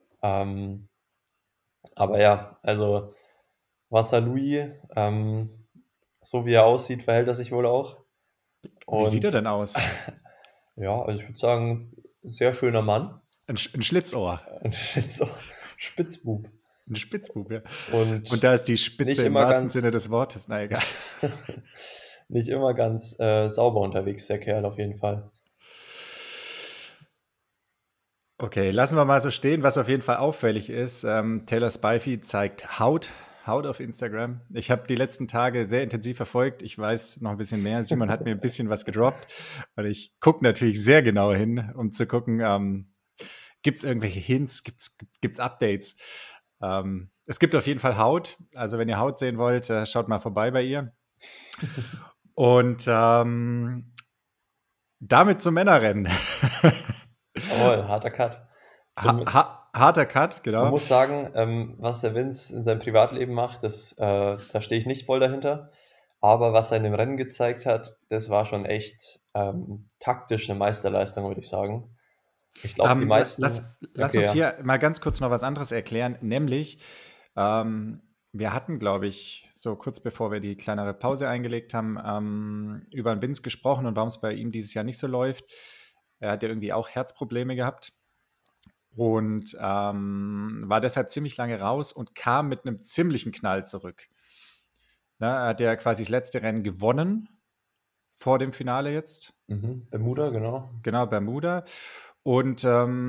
[SPEAKER 2] Aber ja, also Vincent Louis, so wie er aussieht, verhält er sich wohl auch.
[SPEAKER 1] Wie sieht er
[SPEAKER 2] Und
[SPEAKER 1] denn aus?
[SPEAKER 2] ja, also ich würde sagen, sehr schöner Mann.
[SPEAKER 1] Ein Schlitzohr.
[SPEAKER 2] Ein Spitzbub.
[SPEAKER 1] Ein Spitzbub, ja. Und
[SPEAKER 2] Und
[SPEAKER 1] da ist die Spitze
[SPEAKER 2] nicht
[SPEAKER 1] im
[SPEAKER 2] immer
[SPEAKER 1] wahrsten Sinne
[SPEAKER 2] ganz,
[SPEAKER 1] des Wortes. Na egal.
[SPEAKER 2] nicht immer ganz sauber unterwegs, der Kerl auf jeden Fall.
[SPEAKER 1] Okay, lassen wir mal so stehen. Was auf jeden Fall auffällig ist, Taylor Spivey zeigt Haut auf Instagram. Ich habe die letzten Tage sehr intensiv verfolgt. Ich weiß noch ein bisschen mehr. Simon hat mir ein bisschen was gedroppt. Und ich gucke natürlich sehr genau hin, um zu gucken, Gibt es irgendwelche Hints? Gibt's Updates? Es gibt auf jeden Fall Haut. Also wenn ihr Haut sehen wollt, schaut mal vorbei bei ihr. Und damit zum Männerrennen.
[SPEAKER 2] Jawohl, harter Cut.
[SPEAKER 1] Harter Cut,
[SPEAKER 2] Man
[SPEAKER 1] genau.
[SPEAKER 2] muss sagen, was der Vince in seinem Privatleben macht, da stehe ich nicht voll dahinter. Aber was er in dem Rennen gezeigt hat, das war schon echt taktisch eine Meisterleistung, würde ich sagen. Ich glaube, die meisten.
[SPEAKER 1] Lass
[SPEAKER 2] Okay,
[SPEAKER 1] uns
[SPEAKER 2] ja.
[SPEAKER 1] hier mal ganz kurz noch was anderes erklären, nämlich wir hatten, glaube ich, so kurz bevor wir die kleinere Pause eingelegt haben, über den Vince gesprochen und warum es bei ihm dieses Jahr nicht so läuft. Er hat ja irgendwie auch Herzprobleme gehabt und war deshalb ziemlich lange raus und kam mit einem ziemlichen Knall zurück. Er hat ja quasi das letzte Rennen gewonnen vor dem Finale jetzt.
[SPEAKER 2] Bermuda, genau.
[SPEAKER 1] Genau, Bermuda. Und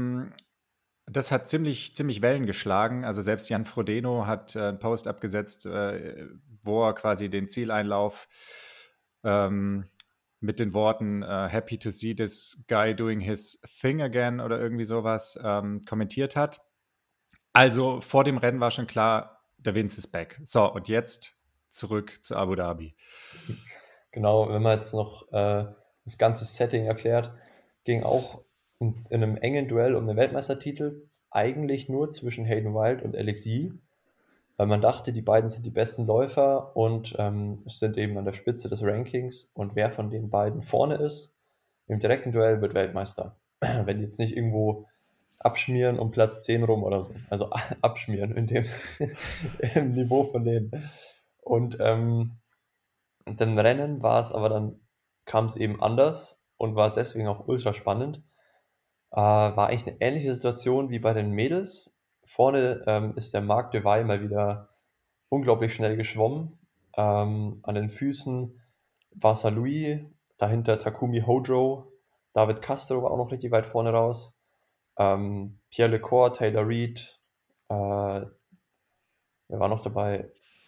[SPEAKER 1] das hat ziemlich Wellen geschlagen. Also selbst Jan Frodeno hat einen Post abgesetzt, wo er quasi den Zieleinlauf ähm, mit den Worten Happy to see this guy doing his thing again oder irgendwie sowas kommentiert hat. Also vor dem Rennen war schon klar, der Vince ist back. So, und jetzt zurück zu Abu Dhabi.
[SPEAKER 2] Genau, wenn man jetzt noch das ganze Setting erklärt, ging auch in einem engen Duell um den Weltmeistertitel eigentlich nur zwischen Hayden Wild und Alex Yee, weil man dachte, die beiden sind die besten Läufer und sind eben an der Spitze des Rankings und wer von den beiden vorne ist, im direkten Duell wird Weltmeister. Wenn die jetzt nicht irgendwo abschmieren um Platz 10 rum oder so. Also abschmieren in dem im Niveau von denen. Und den Rennen war es aber dann, kam es eben anders und war deswegen auch ultra spannend. War eigentlich eine ähnliche Situation wie bei den Mädels. Vorne ist der Marc Devay mal wieder unglaublich schnell geschwommen. An den Füßen war Louis, dahinter Takumi Hojo, David Castro war auch noch richtig weit vorne raus. Pierre Lecor, Taylor Reed, wer war noch dabei?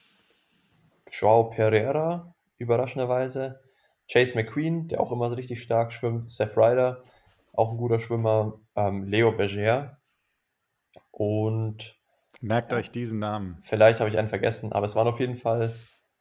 [SPEAKER 2] Joao Pereira, überraschenderweise. Chase McQueen, der auch immer so richtig stark schwimmt. Seth Ryder, auch ein guter Schwimmer. Leo Berger. Und
[SPEAKER 1] Merkt
[SPEAKER 2] ja,
[SPEAKER 1] euch diesen Namen.
[SPEAKER 2] vielleicht habe ich einen vergessen, aber es waren auf jeden Fall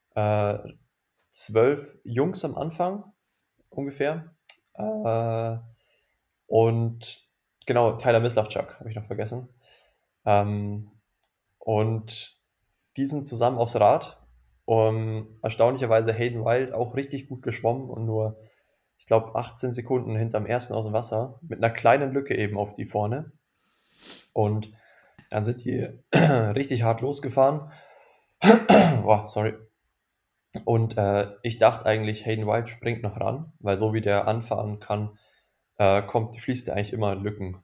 [SPEAKER 2] 12 Jungs am Anfang ungefähr. Äh, und genau, Tyler Mislawchuk habe ich noch vergessen. Ähm, und die sind zusammen aufs Rad. Erstaunlicherweise Hayden Wild auch richtig gut geschwommen und nur, ich glaube, 18 Sekunden hinterm ersten aus dem Wasser, mit einer kleinen Lücke eben auf die vorne. Und dann sind die richtig hart losgefahren. Boah, sorry. Und ich dachte eigentlich, Hayden Wild springt noch ran, weil so wie der anfahren kann, schließt er eigentlich immer Lücken.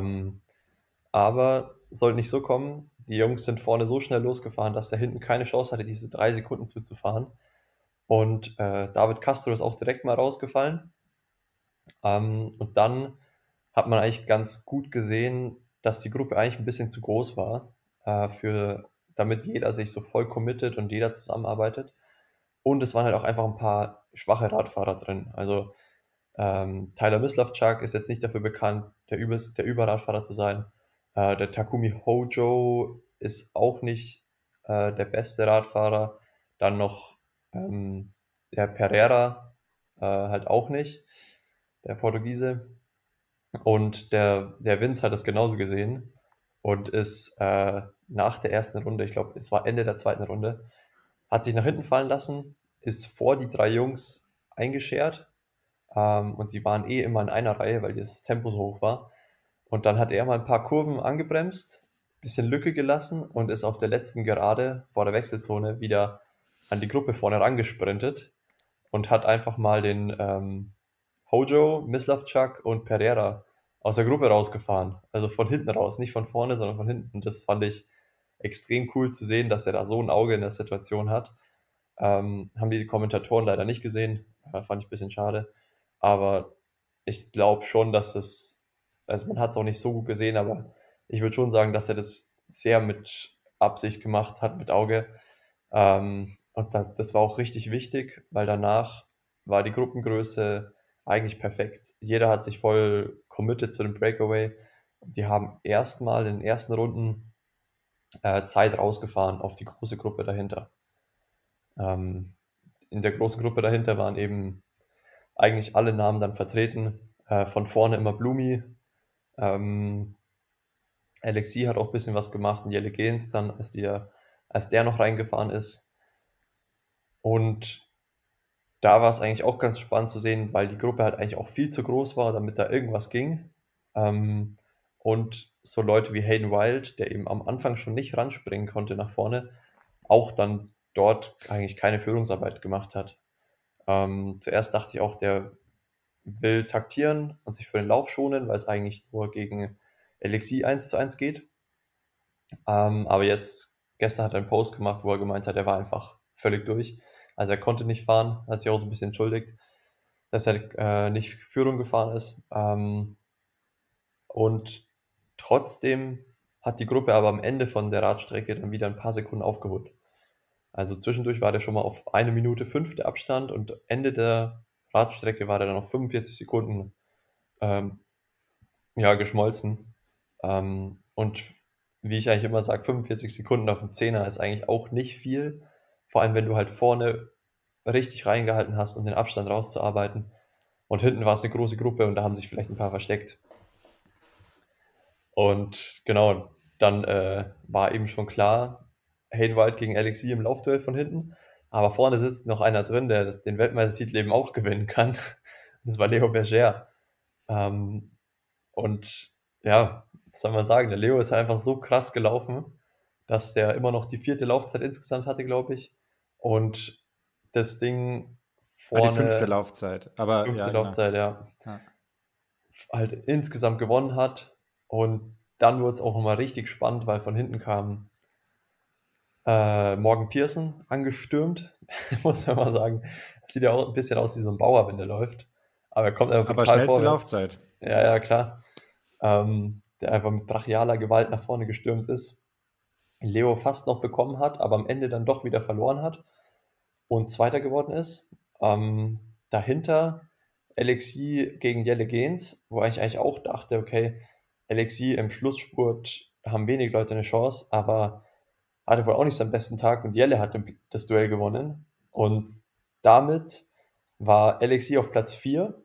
[SPEAKER 2] Aber soll nicht so kommen. Die Jungs sind vorne so schnell losgefahren, dass der hinten keine Chance hatte, diese 3 Sekunden zuzufahren. Und David Castro ist auch direkt mal rausgefallen. Und dann hat man eigentlich ganz gut gesehen, dass die Gruppe eigentlich ein bisschen zu groß war, damit jeder sich so voll committet und jeder zusammenarbeitet. Und es waren halt auch einfach ein paar schwache Radfahrer drin. Also Tyler Mislawchuk ist jetzt nicht dafür bekannt, der Überradfahrer zu sein. Der Takumi Hojo ist auch nicht der beste Radfahrer. Dann noch der Pereira halt auch nicht, der Portugiese. Und der Vince hat das genauso gesehen und ist nach der ersten Runde, ich glaube, es war Ende der zweiten Runde, hat sich nach hinten fallen lassen, ist vor die 3 Jungs eingeschert und sie waren eh immer in einer Reihe, weil das Tempo so hoch war. Und dann hat er mal ein paar Kurven angebremst, bisschen Lücke gelassen und ist auf der letzten Gerade vor der Wechselzone wieder an die Gruppe vorne rangesprintet und hat einfach mal den Hojo, Mislawchuk und Pereira aus der Gruppe rausgefahren. Also von hinten raus, nicht von vorne, sondern von hinten. Das fand ich extrem cool zu sehen, dass er da so ein Auge in der Situation hat. Haben die Kommentatoren leider nicht gesehen, fand ich ein bisschen schade. Aber ich glaube schon, also man hat es auch nicht so gut gesehen, aber ich würde schon sagen, dass er das sehr mit Absicht gemacht hat, mit Auge. Und das war auch richtig wichtig, weil danach war die Gruppengröße eigentlich perfekt. Jeder hat sich voll committed zu dem Breakaway die haben erstmal in den ersten Runden Zeit rausgefahren auf die große Gruppe dahinter. In der großen Gruppe dahinter waren eben eigentlich alle Namen dann vertreten. Von vorne immer Blumi. Alexi hat auch ein bisschen was gemacht und Jelle Gens dann, als der noch reingefahren ist. Und da war es eigentlich auch ganz spannend zu sehen, weil die Gruppe halt eigentlich auch viel zu groß war, damit da irgendwas ging. Und so Leute wie Hayden Wild, der eben am Anfang schon nicht ranspringen konnte nach vorne, auch dann dort eigentlich keine Führungsarbeit gemacht hat. Zuerst dachte ich auch, der will taktieren und sich für den Lauf schonen, weil es eigentlich nur gegen Alexi 1:1 geht. Aber gestern hat er einen Post gemacht, wo er gemeint hat, er war einfach völlig durch. Also er konnte nicht fahren, hat sich auch so ein bisschen entschuldigt, dass er nicht Führung gefahren ist. Und trotzdem hat die Gruppe aber am Ende von der Radstrecke dann wieder ein paar Sekunden aufgeholt. Also zwischendurch war der schon mal auf 1:05 der Abstand und Ende der Radstrecke war der dann auf 45 Sekunden ähm, ja, geschmolzen. Und wie ich eigentlich immer sage, 45 Sekunden auf dem Zehner ist eigentlich auch nicht viel. Vor allem, wenn du halt vorne richtig reingehalten hast, um den Abstand rauszuarbeiten. Und hinten war es eine große Gruppe und da haben sich vielleicht ein paar versteckt. Und genau, dann war eben schon klar, Hayden Wild gegen Alexi im Laufduell von hinten. Aber vorne sitzt noch einer drin, der den Weltmeistertitel eben auch gewinnen kann. Das war Leo Berger. Ähm, und ja, was soll man sagen? Der Leo ist halt einfach so krass gelaufen, dass der immer noch die 4. Laufzeit insgesamt hatte, glaube ich. Und das Ding
[SPEAKER 1] Die 5.
[SPEAKER 2] vorne,
[SPEAKER 1] Laufzeit. Aber
[SPEAKER 2] 5.
[SPEAKER 1] ja, genau.
[SPEAKER 2] Laufzeit, ja,
[SPEAKER 1] Ja.
[SPEAKER 2] halt insgesamt gewonnen hat. Und dann wurde es auch nochmal richtig spannend, weil von hinten kam Morgan Pearson angestürmt. Muss man mal sagen. Sieht ja auch ein bisschen aus wie so ein Bauer, wenn der läuft. Aber er kommt einfach
[SPEAKER 1] Aber
[SPEAKER 2] brutal
[SPEAKER 1] schnellste
[SPEAKER 2] vorwärts.
[SPEAKER 1] Laufzeit.
[SPEAKER 2] Ja, ja, klar. Der einfach mit brachialer Gewalt nach vorne gestürmt ist. Leo fast noch bekommen hat, aber am Ende dann doch wieder verloren hat und Zweiter geworden ist. Dahinter Alexi gegen Jelle Gens, wo ich eigentlich auch dachte, okay, Alexi im Schlussspurt haben wenig Leute eine Chance, aber hatte wohl auch nicht seinen besten Tag und Jelle hat das Duell gewonnen. Und damit war Alexi auf Platz 4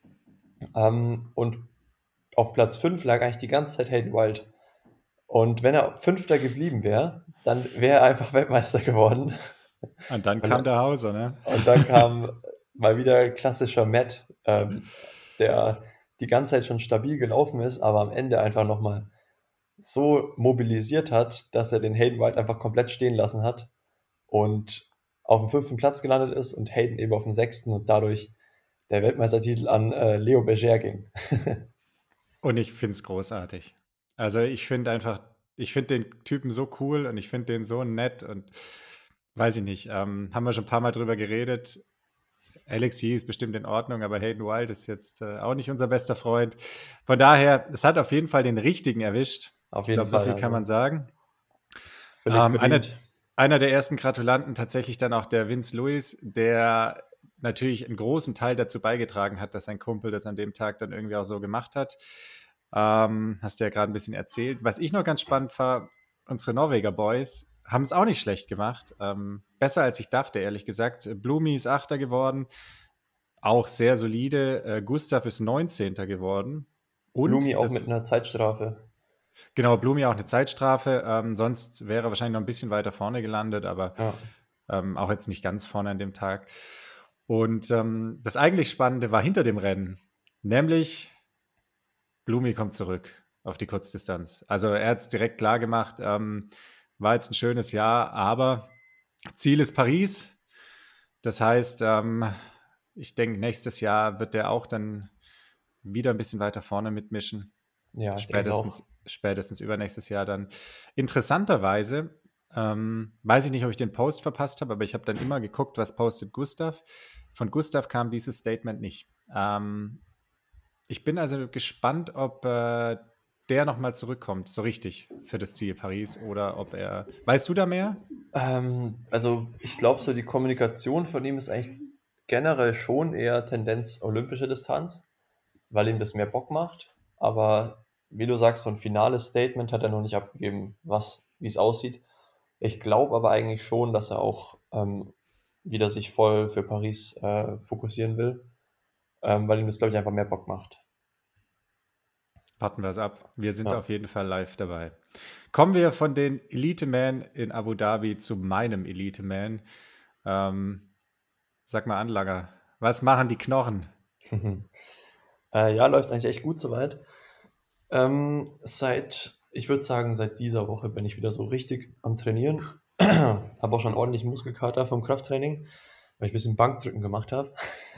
[SPEAKER 2] und auf Platz 5 lag eigentlich die ganze Zeit Hayden Wild. Und wenn er Fünfter geblieben wäre, dann wäre er einfach Weltmeister geworden.
[SPEAKER 1] Und dann
[SPEAKER 2] Und,
[SPEAKER 1] kam der Hauser, ne?
[SPEAKER 2] und dann kam mal wieder klassischer Matt, der die ganze Zeit schon stabil gelaufen ist, aber am Ende einfach nochmal so mobilisiert hat, dass er den Hayden Wild einfach komplett stehen lassen hat und auf dem 5. Platz gelandet ist und Hayden eben auf dem 6. und dadurch der Weltmeistertitel an Leo Berger ging.
[SPEAKER 1] Und ich finde es großartig. Also ich finde den Typen so cool und ich finde den so nett und weiß ich nicht, haben wir schon ein paar Mal drüber geredet. Alexi ist bestimmt in Ordnung, aber Hayden Wild ist jetzt auch nicht unser bester Freund. Von daher, es hat auf jeden Fall den richtigen erwischt.
[SPEAKER 2] Auf
[SPEAKER 1] Ich
[SPEAKER 2] jeden
[SPEAKER 1] glaube, so
[SPEAKER 2] Fall,
[SPEAKER 1] viel kann man
[SPEAKER 2] also
[SPEAKER 1] sagen.
[SPEAKER 2] völlig
[SPEAKER 1] Ähm, einer,
[SPEAKER 2] verdient.
[SPEAKER 1] einer der ersten Gratulanten tatsächlich dann auch der Vince Lewis, der natürlich einen großen Teil dazu beigetragen hat, dass sein Kumpel das an dem Tag dann irgendwie auch so gemacht hat. Hast du ja gerade ein bisschen erzählt. Was ich noch ganz spannend war, unsere Norweger Boys haben es auch nicht schlecht gemacht. Besser als ich dachte, ehrlich gesagt. Blumi ist Achter geworden, auch sehr solide. Gustav ist 19. geworden.
[SPEAKER 2] Blumi
[SPEAKER 1] Und
[SPEAKER 2] auch mit
[SPEAKER 1] das,
[SPEAKER 2] einer Zeitstrafe.
[SPEAKER 1] genau, Blumi auch eine Zeitstrafe. Sonst wäre er wahrscheinlich noch ein bisschen weiter vorne gelandet, aber
[SPEAKER 2] Ja,
[SPEAKER 1] auch jetzt nicht ganz vorne an dem Tag. Und das eigentlich Spannende war hinter dem Rennen, nämlich Blumi kommt zurück auf die Kurzdistanz. Also er hat es direkt klar gemacht, war jetzt ein schönes Jahr, aber Ziel ist Paris. Das heißt, ich denke, nächstes Jahr wird er auch dann wieder ein bisschen weiter vorne mitmischen.
[SPEAKER 2] ja, ich denke es auch.
[SPEAKER 1] Spätestens übernächstes Jahr dann. Interessanterweise, weiß ich nicht, ob ich den Post verpasst habe, aber ich habe dann immer geguckt, was postet Gustav. Von Gustav kam dieses Statement nicht. Ich bin also gespannt, ob der nochmal zurückkommt, so richtig für das Ziel Paris oder ob er. Weißt du da mehr?
[SPEAKER 2] Also ich glaube so, die Kommunikation von ihm ist eigentlich generell schon eher Tendenz olympische Distanz, weil ihm das mehr Bock macht. Aber wie du sagst, so ein finales Statement hat er noch nicht abgegeben, wie es aussieht. Ich glaube aber eigentlich schon, dass er auch wieder sich voll für Paris fokussieren will, weil ihm das, glaube ich, einfach mehr Bock macht.
[SPEAKER 1] Warten wir es ab. Wir sind
[SPEAKER 2] Ja.
[SPEAKER 1] auf jeden Fall live dabei. Kommen wir von den Elite-Man in Abu Dhabi zu meinem Elite-Man. Ähm, Sag mal an, Langer, was machen die Knochen?
[SPEAKER 2] Ja, läuft eigentlich echt gut soweit. Ich würde sagen, seit dieser Woche bin ich wieder so richtig am Trainieren. Habe auch schon ordentlich Muskelkater vom Krafttraining, weil ich ein bisschen Bankdrücken gemacht habe.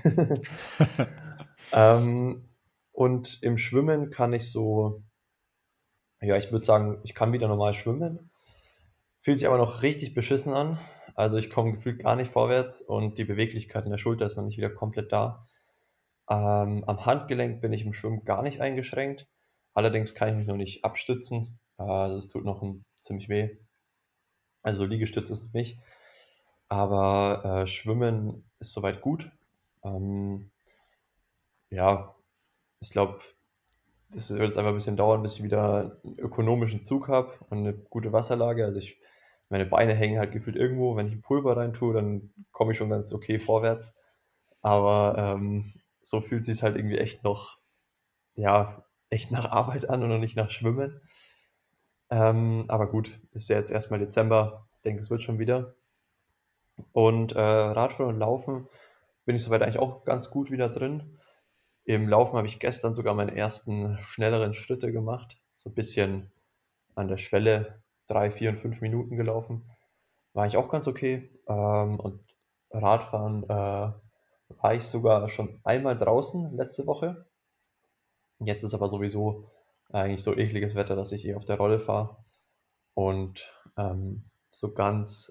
[SPEAKER 2] ähm, und im Schwimmen kann ich so, ja, ich würde sagen, ich kann wieder normal schwimmen. Fühlt sich aber noch richtig beschissen an. Also ich komme gefühlt gar nicht vorwärts und die Beweglichkeit in der Schulter ist noch nicht wieder komplett da. Am Handgelenk bin ich im Schwimmen gar nicht eingeschränkt. Allerdings kann ich mich noch nicht abstützen. Also es tut noch ziemlich weh. Also Liegestütze ist nicht. Aber Schwimmen ist soweit gut. Ähm, ja, ich glaube, das wird jetzt einfach ein bisschen dauern, bis ich wieder einen ökonomischen Zug habe und eine gute Wasserlage. Meine Beine hängen halt gefühlt irgendwo. Wenn ich ein Pulver rein tue, dann komme ich schon ganz okay vorwärts. Aber so fühlt sich halt irgendwie ja, echt nach Arbeit an und noch nicht nach Schwimmen. Aber gut, ist ja jetzt erstmal Dezember. Ich denke, es wird schon wieder. Und Radfahren und Laufen bin ich soweit eigentlich auch ganz gut wieder drin. Im Laufen habe ich gestern sogar meine ersten schnelleren Schritte gemacht. So ein bisschen an der Schwelle, 3, 4 und 5 Minuten gelaufen. War eigentlich auch ganz okay. Und Radfahren war ich sogar schon einmal draußen letzte Woche. Jetzt ist aber sowieso eigentlich so ekliges Wetter, dass ich auf der Rolle fahre. Und so ganz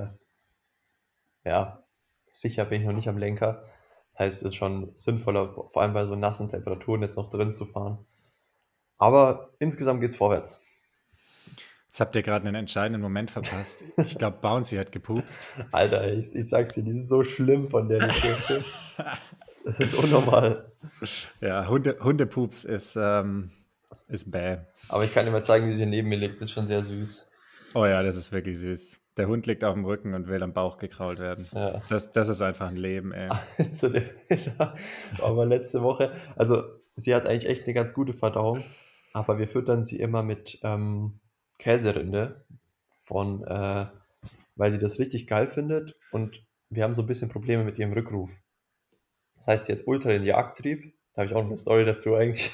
[SPEAKER 2] ja, sicher bin ich noch nicht am Lenker. Das heißt, es ist schon sinnvoller, vor allem bei so nassen Temperaturen jetzt noch drin zu fahren. Aber insgesamt geht's vorwärts.
[SPEAKER 1] Jetzt habt ihr gerade einen entscheidenden Moment verpasst. Ich glaube, Bouncy hat gepupst.
[SPEAKER 2] Alter, ich sag's dir, die sind so schlimm von der Geschichte. Das ist unnormal.
[SPEAKER 1] Ja, Hundepups ist bäh.
[SPEAKER 2] Aber ich kann dir mal zeigen, wie sie hier neben mir liegt. Das ist schon sehr süß.
[SPEAKER 1] Oh ja, das ist wirklich süß. Der Hund liegt auf dem Rücken und will am Bauch gekrault werden.
[SPEAKER 2] Ja.
[SPEAKER 1] Das ist einfach ein Leben, ey.
[SPEAKER 2] Zu dem, war aber letzte Woche. Also, sie hat eigentlich echt eine ganz gute Verdauung, aber wir füttern sie immer mit Käserinde von, weil sie das richtig geil findet und wir haben so ein bisschen Probleme mit ihrem Rückruf. Das heißt, sie hat ultra den Jagdtrieb. Da habe ich auch noch eine Story dazu eigentlich.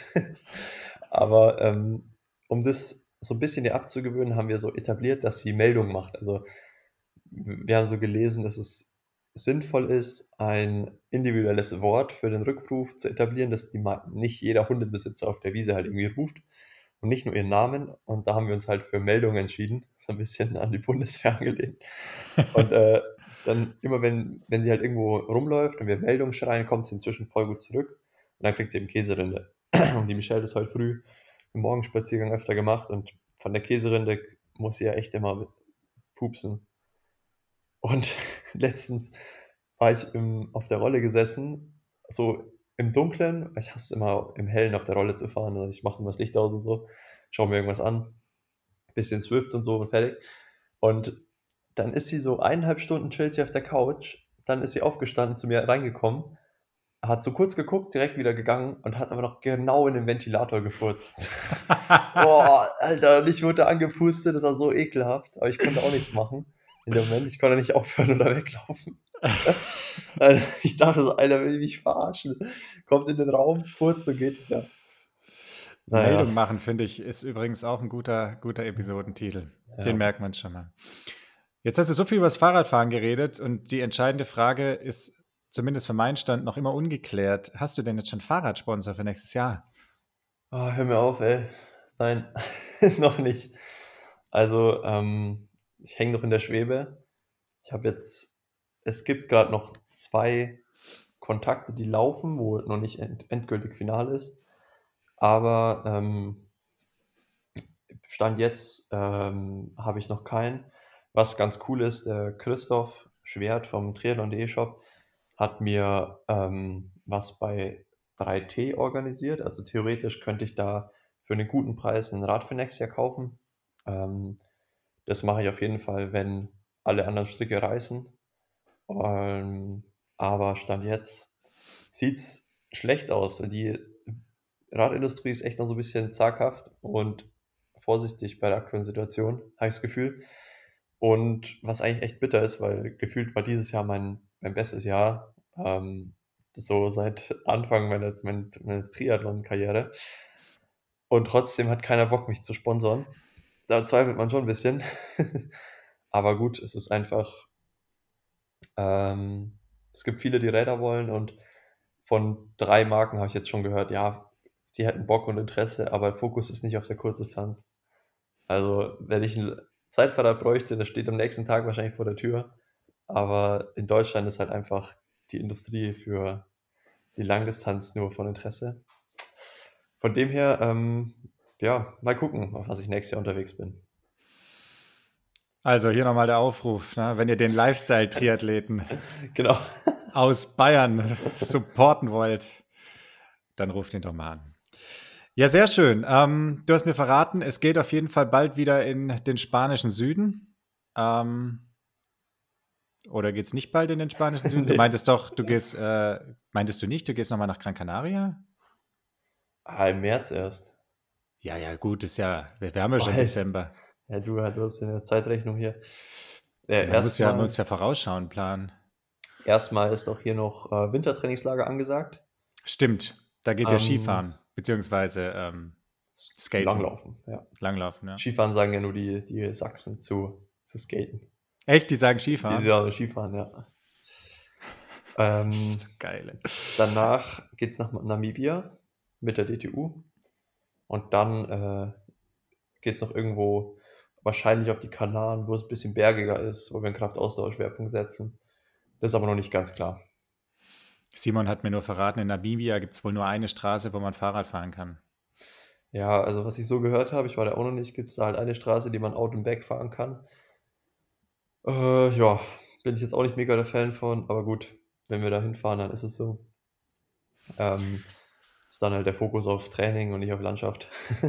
[SPEAKER 2] Aber um das so ein bisschen ihr abzugewöhnen, haben wir so etabliert, dass sie Meldungen macht. Also wir haben so gelesen, dass es sinnvoll ist, ein individuelles Wort für den Rückruf zu etablieren, dass nicht jeder Hundebesitzer auf der Wiese halt irgendwie ruft und nicht nur ihren Namen. Und da haben wir uns halt für Meldungen entschieden, so ein bisschen an die Bundeswehr angelehnt. Und dann immer, wenn sie halt irgendwo rumläuft und wir Meldungen schreien, kommt sie inzwischen voll gut zurück und dann kriegt sie eben Käserinde. Und die Michelle ist heute früh im Morgenspaziergang öfter gemacht und von der Käserinde muss sie ja echt immer pupsen. Und letztens war ich auf der Rolle gesessen, so im Dunkeln. Ich hasse es immer, im Hellen auf der Rolle zu fahren. Also ich mache immer das Licht aus und so, schaue mir irgendwas an, bisschen Swift und so und fertig. Und dann ist sie so 1,5 Stunden chillt sie auf der Couch. Dann ist sie aufgestanden, zu mir reingekommen, hat so kurz geguckt, direkt wieder gegangen und hat aber noch genau in den Ventilator gefurzt. Boah, Alter, und ich wurde angepustet, das war so ekelhaft, aber ich konnte auch nichts machen in dem Moment. Ich konnte nicht aufhören oder weglaufen. Also, ich dachte so, Alter, will die mich verarschen? Kommt in den Raum, furzt und geht wieder. Naja,
[SPEAKER 1] Meldung machen, finde ich, ist übrigens auch ein guter Episodentitel. Den
[SPEAKER 2] ja.
[SPEAKER 1] merkt man schon mal. Jetzt hast du so viel über das Fahrradfahren geredet und die entscheidende Frage ist, zumindest für meinen Stand, noch immer ungeklärt. Hast du denn jetzt schon Fahrradsponsor für nächstes Jahr?
[SPEAKER 2] Hör mir auf, ey. Nein, noch nicht. Also, ich hänge noch in der Schwebe. Ich habe jetzt, es gibt gerade noch 2 Kontakte, die laufen, wo noch nicht endgültig final ist. Aber Stand jetzt habe ich noch keinen. Was ganz cool ist, der Christoph Schwert vom Triathlon.de Shop hat mir was bei 3T organisiert. Also theoretisch könnte ich da für einen guten Preis ein Rad für nächstes Jahr kaufen. Das mache ich auf jeden Fall, wenn alle anderen Stricke reißen. Aber Stand jetzt sieht's schlecht aus. Die Radindustrie ist echt noch so ein bisschen zaghaft und vorsichtig bei der aktuellen Situation, habe ich das Gefühl. Und was eigentlich echt bitter ist, weil gefühlt war dieses Jahr mein bestes Jahr, so seit Anfang meiner Triathlon-Karriere. Und trotzdem hat keiner Bock, mich zu sponsern. Da zweifelt man schon ein bisschen. Aber gut, es ist einfach, es gibt viele, die Räder wollen, und von 3 Marken habe ich jetzt schon gehört, ja, die hätten Bock und Interesse, aber Fokus ist nicht auf der Kurzdistanz. Also, wenn ich ein Zeitfahrrad bräuchte, das steht am nächsten Tag wahrscheinlich vor der Tür. Aber in Deutschland ist halt einfach die Industrie für die Langdistanz nur von Interesse. Von dem her, ja, mal gucken, auf was ich nächstes Jahr unterwegs bin.
[SPEAKER 1] Also hier nochmal der Aufruf, ne? Wenn ihr den Lifestyle-Triathleten
[SPEAKER 2] Genau.
[SPEAKER 1] aus Bayern supporten wollt, dann ruft ihn doch mal an. Ja, sehr schön. Du hast mir verraten, es geht auf jeden Fall bald wieder in den spanischen Süden. Oder geht es nicht bald in den spanischen Süden? Du
[SPEAKER 2] Nee.
[SPEAKER 1] meintest doch, meintest du nicht, du gehst nochmal nach Gran Canaria?
[SPEAKER 2] Im März erst.
[SPEAKER 1] Ja, ja, gut, wir haben ja schon
[SPEAKER 2] Weil,
[SPEAKER 1] Dezember.
[SPEAKER 2] ja, du hast ja eine Zeitrechnung hier. Ja,
[SPEAKER 1] Man muss ja vorausschauen, planen.
[SPEAKER 2] erstmal ist doch hier noch Wintertrainingslager angesagt.
[SPEAKER 1] Stimmt, da geht ja
[SPEAKER 2] Ähm,
[SPEAKER 1] Skifahren, beziehungsweise Skaten,
[SPEAKER 2] Langlaufen, ja.
[SPEAKER 1] Langlaufen, ja.
[SPEAKER 2] Skifahren sagen ja nur die Sachsen zu skaten.
[SPEAKER 1] Echt, die sagen
[SPEAKER 2] Die
[SPEAKER 1] Skifahren?
[SPEAKER 2] sagen Skifahren, ja.
[SPEAKER 1] Das ist so
[SPEAKER 2] Ähm,
[SPEAKER 1] geil.
[SPEAKER 2] Danach geht es nach Namibia mit der DTU. Und dann geht es noch irgendwo wahrscheinlich auf die Kanaren, wo es ein bisschen bergiger ist, wo wir einen Kraftausdauerschwerpunkt setzen. Das ist aber noch nicht ganz klar.
[SPEAKER 1] Simon hat mir nur verraten, in Namibia gibt es wohl nur eine Straße, wo man Fahrrad fahren kann.
[SPEAKER 2] Ja, also was ich so gehört habe, ich war da auch noch nicht, gibt es da halt eine Straße, die man out and back fahren kann. Ja, bin ich jetzt auch nicht mega der Fan von, aber gut, wenn wir da hinfahren, dann ist es so. Ist dann halt der Fokus auf Training und nicht auf Landschaft.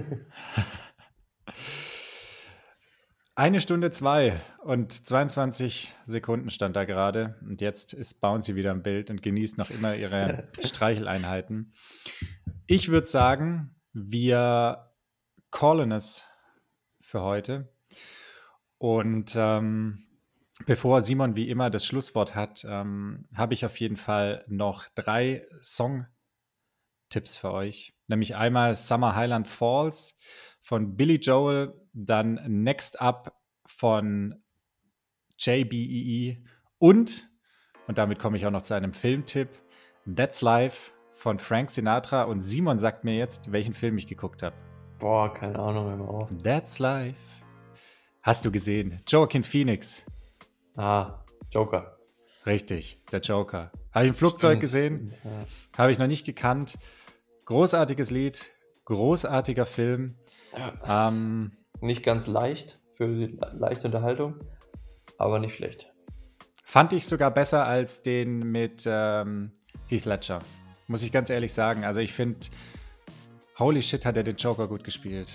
[SPEAKER 1] 1 Stunde 2 und 22 Sekunden stand da gerade. Und jetzt ist Bouncy wieder im Bild und genießt noch immer ihre Streicheleinheiten. Ich würde sagen, wir callen es für heute. Und bevor Simon wie immer das Schlusswort hat, habe ich auf jeden Fall noch 3 Song-Tipps für euch. Nämlich einmal Summer Highland Falls von Billy Joel, dann Next Up von JBEE und damit komme ich auch noch zu einem Filmtipp, That's Life von Frank Sinatra. Und Simon sagt mir jetzt, welchen Film ich geguckt habe.
[SPEAKER 2] Boah, keine Ahnung, hör mal auf.
[SPEAKER 1] That's Life. Hast du gesehen? Joaquin Phoenix.
[SPEAKER 2] Joker.
[SPEAKER 1] Richtig, der Joker. Habe ich im Flugzeug gesehen,
[SPEAKER 2] Ja.
[SPEAKER 1] habe ich noch nicht gekannt. Großartiges Lied, großartiger Film.
[SPEAKER 2] Nicht ganz leicht für die leichte Unterhaltung, aber nicht schlecht.
[SPEAKER 1] Fand ich sogar besser als den mit Heath Ledger. Muss ich ganz ehrlich sagen. Also ich finde, holy shit, hat er den Joker gut gespielt.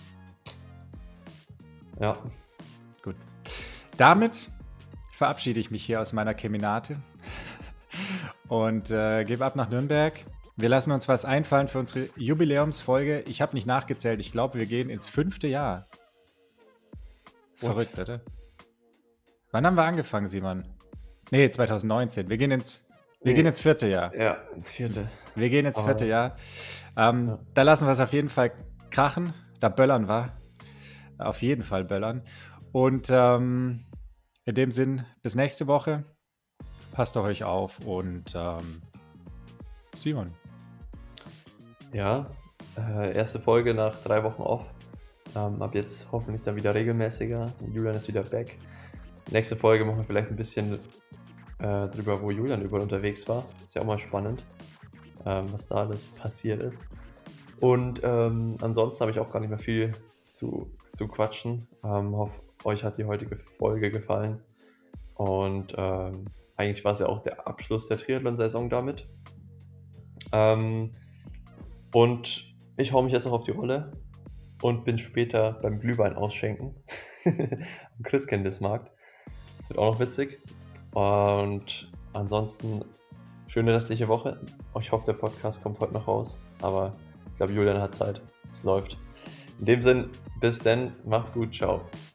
[SPEAKER 2] Ja.
[SPEAKER 1] Gut. Damit verabschiede ich mich hier aus meiner Keminate und gebe ab nach Nürnberg. Wir lassen uns was einfallen für unsere Jubiläumsfolge. Ich habe nicht nachgezählt. Ich glaube, wir gehen ins 5. Jahr. Ist
[SPEAKER 2] What?
[SPEAKER 1] verrückt, oder? Wann haben wir angefangen, Simon? Nee, 2019. Wir gehen ins 4. Jahr.
[SPEAKER 2] Ja, ins 4.
[SPEAKER 1] Wir gehen ins 4. Jahr.
[SPEAKER 2] Ja.
[SPEAKER 1] Da lassen wir es auf jeden Fall krachen. Da böllern wir. Auf jeden Fall böllern. Und in dem Sinn, bis nächste Woche. Passt auf euch auf und Simon.
[SPEAKER 2] Ja, erste Folge nach 3 Wochen off. Ab jetzt hoffentlich dann wieder regelmäßiger. Julian ist wieder back. Nächste Folge machen wir vielleicht ein bisschen drüber, wo Julian überall unterwegs war. Ist ja auch mal spannend, was da alles passiert ist. Und ansonsten habe ich auch gar nicht mehr viel zu quatschen. Hoffe, euch hat die heutige Folge gefallen. Und eigentlich war es ja auch der Abschluss der Triathlon-Saison damit. Und ich hau mich jetzt noch auf die Rolle und bin später beim Glühwein ausschenken am Christkindlesmarkt. Das wird auch noch witzig. Und ansonsten schöne restliche Woche. Ich hoffe, der Podcast kommt heute noch raus, aber ich glaube, Julian hat Zeit. Es läuft. In dem Sinn, bis dann, macht's gut, ciao.